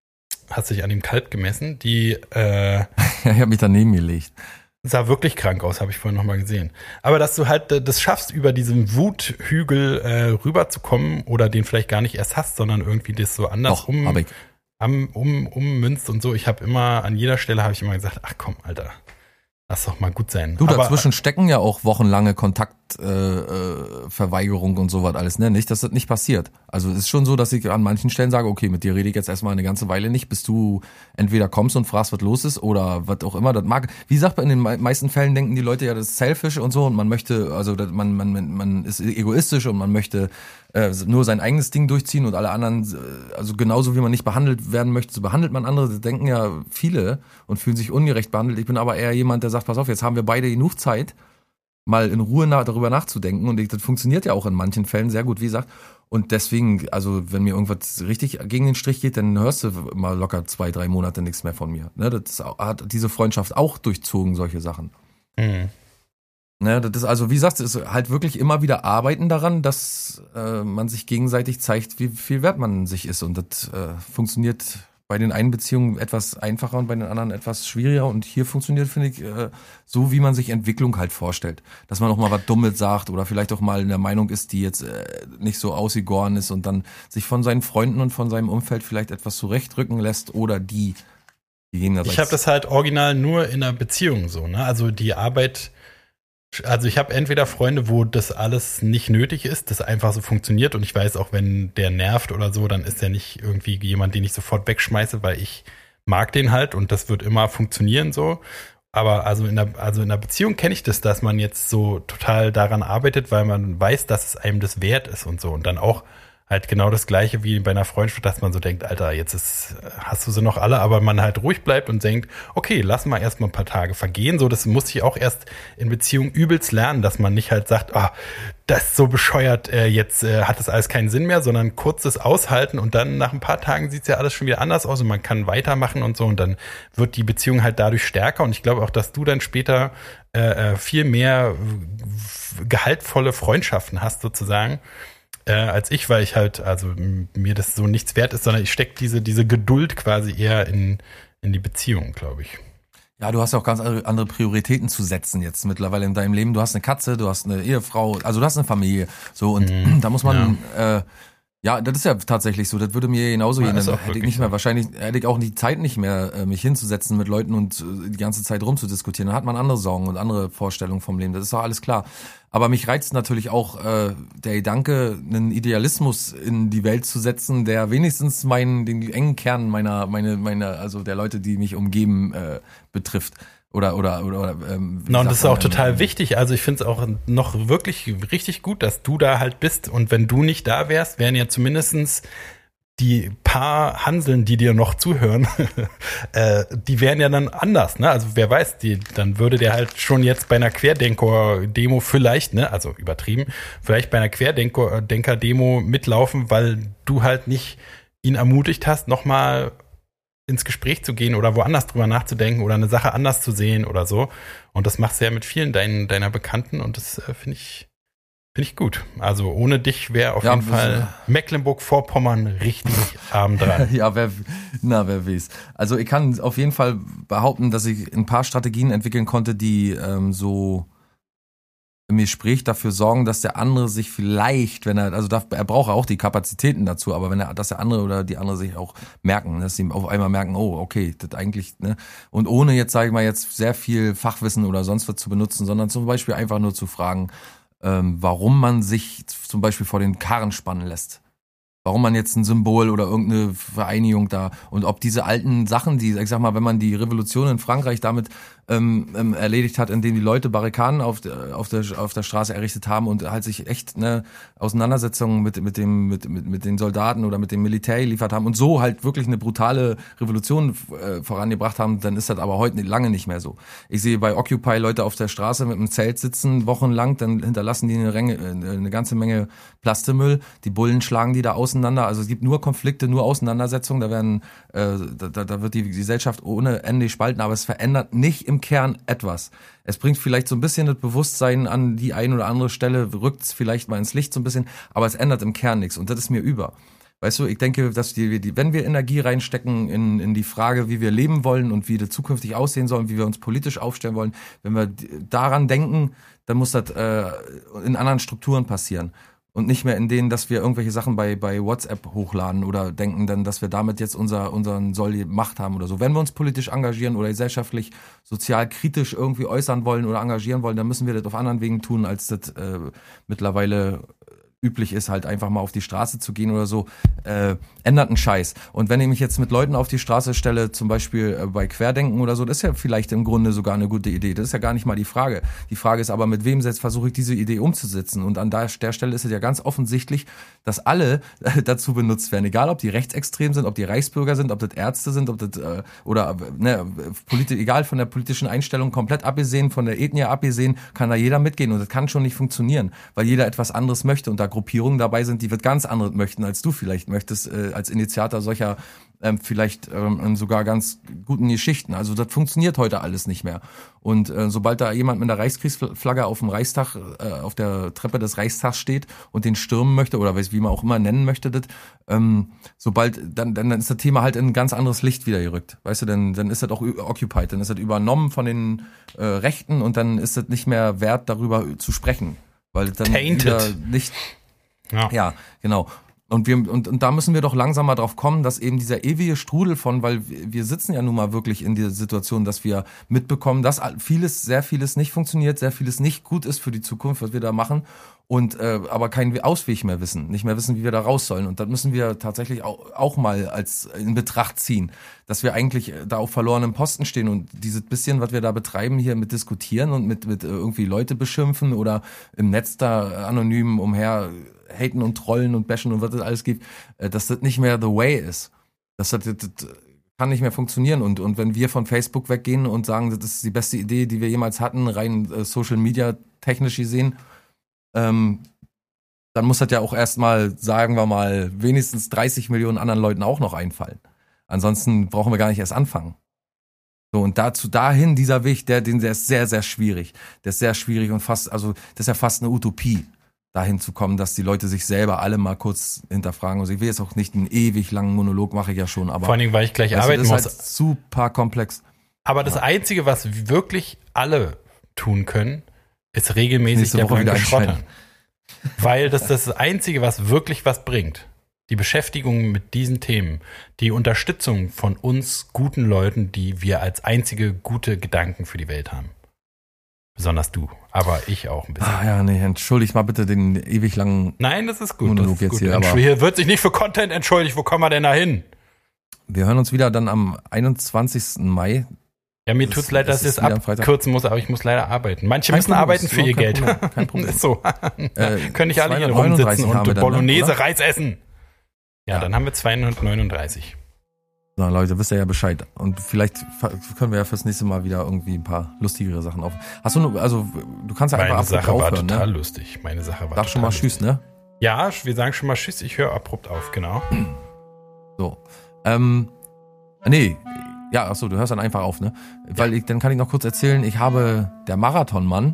hat sich an dem Kalb gemessen, die äh, ich habe mich daneben gelegt. Sah wirklich krank aus, habe ich vorhin nochmal gesehen. Aber dass du halt äh, das schaffst, über diesen Wuthügel äh, rüberzukommen oder den vielleicht gar nicht erst hast, sondern irgendwie das so anders Doch, um, hab ich. am, um, ummünzt und so. Ich habe immer, an jeder Stelle habe ich immer gesagt, ach komm, Alter, lass doch mal gut sein. Du, Aber, dazwischen stecken ja auch wochenlange Kontaktverweigerung äh, Verweigerung und sowas alles, ne? Nicht, dass das nicht passiert. Also es ist schon so, dass ich an manchen Stellen sage, okay, mit dir rede ich jetzt erstmal eine ganze Weile nicht, bis du entweder kommst und fragst, was los ist oder was auch immer. Das mag. Wie gesagt, in den meisten Fällen denken die Leute ja, das ist selfish und so und man möchte, also man man man ist egoistisch und man möchte äh, nur sein eigenes Ding durchziehen und alle anderen, also genauso wie man nicht behandelt werden möchte, so behandelt man andere. Das denken ja viele und fühlen sich ungerecht behandelt. Ich bin aber eher jemand, der sagt, pass auf, jetzt haben wir beide genug Zeit, mal in Ruhe nach, darüber nachzudenken und ich, das funktioniert ja auch in manchen Fällen sehr gut, wie gesagt. Und deswegen, also wenn mir irgendwas richtig gegen den Strich geht, dann hörst du mal locker zwei, drei Monate nichts mehr von mir. Ne, das hat diese Freundschaft auch durchzogen, solche Sachen. Mhm. Ne, das ist also, wie gesagt, es ist halt wirklich immer wieder Arbeiten daran, dass äh, man sich gegenseitig zeigt, wie viel wert man sich ist. Und das äh, funktioniert bei den einen Beziehungen etwas einfacher und bei den anderen etwas schwieriger. Und hier funktioniert, finde ich, äh, so, wie man sich Entwicklung halt vorstellt. Dass man auch mal was Dummes sagt oder vielleicht auch mal in der Meinung ist, die jetzt äh, nicht so ausgegoren ist und dann sich von seinen Freunden und von seinem Umfeld vielleicht etwas zurechtrücken lässt oder die. die ich habe das halt original nur in einer Beziehung so, ne? Also die Arbeit. Also ich habe entweder Freunde, wo das alles nicht nötig ist, das einfach so funktioniert und ich weiß auch, wenn der nervt oder so, dann ist der nicht irgendwie jemand, den ich sofort wegschmeiße, weil ich mag den halt und das wird immer funktionieren so. Aber also in der, also in der Beziehung kenne ich das, dass man jetzt so total daran arbeitet, weil man weiß, dass es einem das wert ist und so und dann auch halt genau das Gleiche wie bei einer Freundschaft, dass man so denkt, Alter, jetzt ist, hast du sie noch alle, aber man halt ruhig bleibt und denkt, okay, lass mal erstmal ein paar Tage vergehen. So, das muss ich auch erst in Beziehung übelst lernen, dass man nicht halt sagt, ah, das ist so bescheuert, äh, jetzt äh, hat das alles keinen Sinn mehr, sondern kurzes Aushalten und dann nach ein paar Tagen sieht's ja alles schon wieder anders aus und man kann weitermachen und so und dann wird die Beziehung halt dadurch stärker und ich glaube auch, dass du dann später äh, viel mehr gehaltvolle Freundschaften hast sozusagen, Äh, als ich, weil ich halt, also m- mir das so nichts wert ist, sondern ich stecke diese, diese Geduld quasi eher in, in die Beziehung, glaube ich. Ja, du hast ja auch ganz andere andere Prioritäten zu setzen jetzt mittlerweile in deinem Leben. Du hast eine Katze, du hast eine Ehefrau, also du hast eine Familie. So, und Mhm, da muss man, ja. äh, ja, das ist ja tatsächlich so. Das würde mir genauso Ja, gehen. ist Dann auch hätte ich wirklich nicht mehr, so. wahrscheinlich hätte ich auch die Zeit nicht mehr, äh, mich hinzusetzen mit Leuten und äh, die ganze Zeit rumzudiskutieren. Dann hat man andere Sorgen und andere Vorstellungen vom Leben. Das ist doch alles klar. Aber mich reizt natürlich auch äh, der Gedanke, einen Idealismus in die Welt zu setzen, der wenigstens meinen, den engen Kern meiner, meine, meine, also der Leute, die mich umgeben, äh, betrifft. Oder, oder, oder, ähm, wie Na, und sagt das ist man, auch total ähm, wichtig. Also ich finde es auch noch wirklich richtig gut, dass du da halt bist. Und wenn du nicht da wärst, wären ja zumindestens die paar Hanseln, die dir noch zuhören, äh, die wären ja dann anders, ne? Also wer weiß, die, dann würde der halt schon jetzt bei einer Querdenker-Demo vielleicht, ne, also übertrieben, vielleicht bei einer Querdenker-Demo mitlaufen, weil du halt nicht ihn ermutigt hast, nochmal ins Gespräch zu gehen oder woanders drüber nachzudenken oder eine Sache anders zu sehen oder so. Und das machst du ja mit vielen deinen, deiner Bekannten und das äh, finde ich Finde ich gut. Also ohne dich wäre auf Ja, jeden das- Fall Mecklenburg-Vorpommern richtig arm dran. Ja, wer, na, wer weiß. Also ich kann auf jeden Fall behaupten, dass ich ein paar Strategien entwickeln konnte, die ähm, so im Gespräch dafür sorgen, dass der andere sich vielleicht, wenn er, also darf, er braucht auch die Kapazitäten dazu, aber wenn er, dass der andere oder die andere sich auch merken, dass sie auf einmal merken, oh, okay, das eigentlich, ne, und ohne jetzt, sage ich mal, jetzt sehr viel Fachwissen oder sonst was zu benutzen, sondern zum Beispiel einfach nur zu fragen, ähm, warum man sich zum Beispiel vor den Karren spannen lässt. Warum man jetzt ein Symbol oder irgendeine Vereinigung da und ob diese alten Sachen, die, ich sag mal, wenn man die Revolution in Frankreich damit ähm, ähm, erledigt hat, indem die Leute Barrikaden auf der, auf der auf der Straße errichtet haben und halt sich echt ne Auseinandersetzungen mit mit dem mit mit mit den Soldaten oder mit dem Militär geliefert haben und so halt wirklich eine brutale Revolution äh, vorangebracht haben, dann ist das aber heute lange nicht mehr so. Ich sehe bei Occupy Leute auf der Straße mit einem Zelt sitzen wochenlang, dann hinterlassen die eine, Renge, eine ganze Menge Plastemüll, die Bullen schlagen die da auseinander, also es gibt nur Konflikte, nur Auseinandersetzungen, da werden äh, da, da wird die Gesellschaft ohne Ende gespalten, aber es verändert nicht im Kern etwas. Es bringt vielleicht so ein bisschen das Bewusstsein an die ein oder andere Stelle, rückt es vielleicht mal ins Licht so ein bisschen, aber es ändert im Kern nichts und das ist mir über. Weißt du, ich denke, dass die, die wenn wir Energie reinstecken in, in die Frage, wie wir leben wollen und wie das zukünftig aussehen soll, wie wir uns politisch aufstellen wollen, wenn wir daran denken, dann muss das äh, in anderen Strukturen passieren. Und nicht mehr in denen, dass wir irgendwelche Sachen bei bei WhatsApp hochladen oder denken dann, dass wir damit jetzt unser unseren Soll die Macht haben oder so. Wenn wir uns politisch engagieren oder gesellschaftlich, sozial kritisch irgendwie äußern wollen oder engagieren wollen, dann müssen wir das auf anderen Wegen tun, als das äh, mittlerweile üblich ist, halt einfach mal auf die Straße zu gehen oder so, äh, ändert einen Scheiß. Und wenn ich mich jetzt mit Leuten auf die Straße stelle, zum Beispiel äh, bei Querdenken oder so, das ist ja vielleicht im Grunde sogar eine gute Idee. Das ist ja gar nicht mal die Frage. Die Frage ist aber, mit wem jetzt versuche ich diese Idee umzusetzen? Und an der, der Stelle ist es ja ganz offensichtlich, dass alle äh, dazu benutzt werden. Egal, ob die rechtsextrem sind, ob die Reichsbürger sind, ob das Ärzte sind, ob das, äh, oder, ne, politi- egal von der politischen Einstellung komplett abgesehen, von der Ethnie abgesehen, kann da jeder mitgehen. Und das kann schon nicht funktionieren, weil jeder etwas anderes möchte und da Gruppierungen dabei sind, die wird ganz anderes möchten, als du vielleicht möchtest, äh, als Initiator solcher ähm, vielleicht ähm, sogar ganz guten Geschichten. Also das funktioniert heute alles nicht mehr. Und äh, sobald da jemand mit einer Reichskriegsflagge auf dem Reichstag, äh, auf der Treppe des Reichstags steht und den stürmen möchte, oder wie man auch immer nennen möchte, das, ähm, sobald, dann, dann, dann ist das Thema halt in ein ganz anderes Licht wieder gerückt. Weißt du, dann, dann ist das auch occupied, dann ist das übernommen von den äh, Rechten und dann ist das nicht mehr wert, darüber zu sprechen. Weil das dann Tainted. wieder nicht. Ja. Ja, genau. Und wir und, und da müssen wir doch langsam mal drauf kommen, dass eben dieser ewige Strudel von, weil wir sitzen ja nun mal wirklich in dieser Situation, dass wir mitbekommen, dass vieles, sehr vieles nicht funktioniert, sehr vieles nicht gut ist für die Zukunft, was wir da machen und äh, aber keinen Ausweg mehr wissen, nicht mehr wissen, wie wir da raus sollen. Und das müssen wir tatsächlich auch, auch mal als in Betracht ziehen, dass wir eigentlich da auf verlorenem Posten stehen und dieses bisschen, was wir da betreiben, hier mit diskutieren und mit mit irgendwie Leute beschimpfen oder im Netz da anonym umher haten und trollen und bashen und was es alles gibt, äh, dass das nicht mehr the way ist. Das, das, das kann nicht mehr funktionieren. Und, und wenn wir von Facebook weggehen und sagen, das ist die beste Idee, die wir jemals hatten, rein äh, Social Media technisch gesehen, ähm, dann muss das ja auch erstmal, sagen wir mal, wenigstens dreißig Millionen anderen Leuten auch noch einfallen. Ansonsten brauchen wir gar nicht erst anfangen. So, und dazu, dahin, dieser Weg, der, den, der ist sehr, sehr schwierig. Der ist sehr schwierig und fast, also, das ist ja fast eine Utopie, dahin zu kommen, dass die Leute sich selber alle mal kurz hinterfragen. Also, ich will jetzt auch nicht einen ewig langen Monolog, mache ich ja schon, aber. Vor allen Dingen, weil ich gleich also, arbeiten das muss. ist halt super komplex. Aber das Einzige, was wirklich alle tun können, ist regelmäßig der Blanke schrottern. Weil das ist das Einzige, was wirklich was bringt. Die Beschäftigung mit diesen Themen, die Unterstützung von uns guten Leuten, die wir als einzige gute Gedanken für die Welt haben. Besonders du, aber ich auch ein bisschen. Ah ja, nee, entschuldigt mal bitte den ewig langen Nein, das ist gut. Monolog Das ist jetzt gut. hier, aber hier wird sich nicht für Content entschuldigt. Wo kommen wir denn da hin? wir hören uns wieder dann am einundzwanzigsten Mai. Ja, mir Das tut's ist- leid, das dass ich ist es wieder am Freitag. abkürzen muss, aber ich muss leider arbeiten. Manche Kein müssen Problem, arbeiten ist für ihr überhaupt Geld. kein Problem, kein Problem. Ist so. Äh, Können nicht alle hier zweihundertneununddreißig rumsitzen haben wir und dann, ne, Bolognese oder? Reis essen. Ja, Ja. dann haben wir zweihundertneununddreißig. So, Leute, wisst ihr ja Bescheid. Und vielleicht fa- können wir ja fürs nächste Mal wieder irgendwie ein paar lustigere Sachen auf. Hast du nur, also du kannst ja einfach Meine abrupt Sache war aufhören, total ne? lustig. Meine Sache war Sag schon mal total Tschüss, lustig. ne? Ja, wir sagen schon mal Tschüss. Ich höre abrupt auf, genau. So. Ähm, nee, ja, achso, du hörst dann einfach auf, ne? Weil ich, dann kann ich noch kurz erzählen, ich habe der Marathonmann,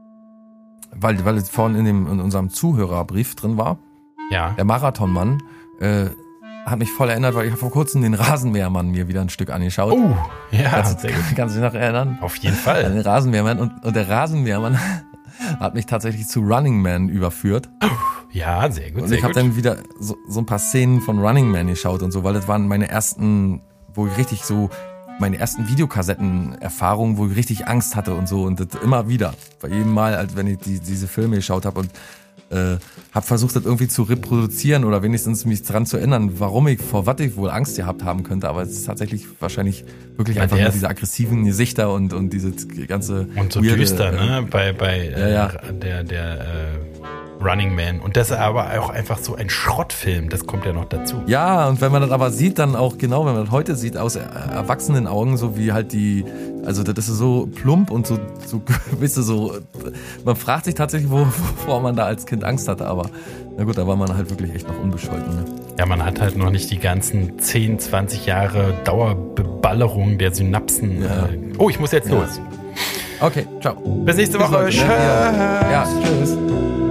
weil, weil es vorhin in, dem, in unserem Zuhörerbrief drin war, Ja. der Marathonmann, äh, hat mich voll erinnert, weil ich habe vor kurzem den Rasenmähermann mir wieder ein Stück angeschaut. Oh, ja, kannst, sehr gut. kannst du dich noch erinnern? Auf jeden An Fall. den Rasenmähermann. Und, und der Rasenmähermann hat mich tatsächlich zu Running Man überführt. Ja, sehr gut, Und sehr ich habe gut. dann wieder so, so ein paar Szenen von Running Man geschaut und so, weil das waren meine ersten, wo ich richtig so, meine ersten Videokassetten-Erfahrungen, wo ich richtig Angst hatte und so. Und das immer wieder, bei jedem Mal, als wenn ich die, diese Filme geschaut habe und äh, habe versucht, das irgendwie zu reproduzieren oder wenigstens mich dran zu erinnern, warum ich, vor was ich wohl Angst gehabt haben könnte. Aber es ist tatsächlich wahrscheinlich wirklich Ja, einfach der nur ist- diese aggressiven Gesichter und, und diese ganze Und so weirde, düster, äh, ne? Bei, bei Ja, äh, ja. der, der äh, Running Man. Und das ist aber auch einfach so ein Schrottfilm. Das kommt ja noch dazu. Ja, und wenn man das aber sieht, dann auch genau, wenn man das heute sieht, aus äh, erwachsenen Augen, so wie halt die, also das ist so plump und so, so, weißt du, so, man fragt sich tatsächlich, wo- wovor man da als Kind Angst hatte, aber na gut, da war man halt wirklich echt noch unbescholten, ne? Ja, man hat halt noch nicht die ganzen zehn, zwanzig Jahre Dauerbeballerung der Synapsen. Ja. Äh, oh, ich muss jetzt Ja. los. Okay, ciao. Bis nächste Woche. Leute, ne? Tschüss. Ja, tschüss.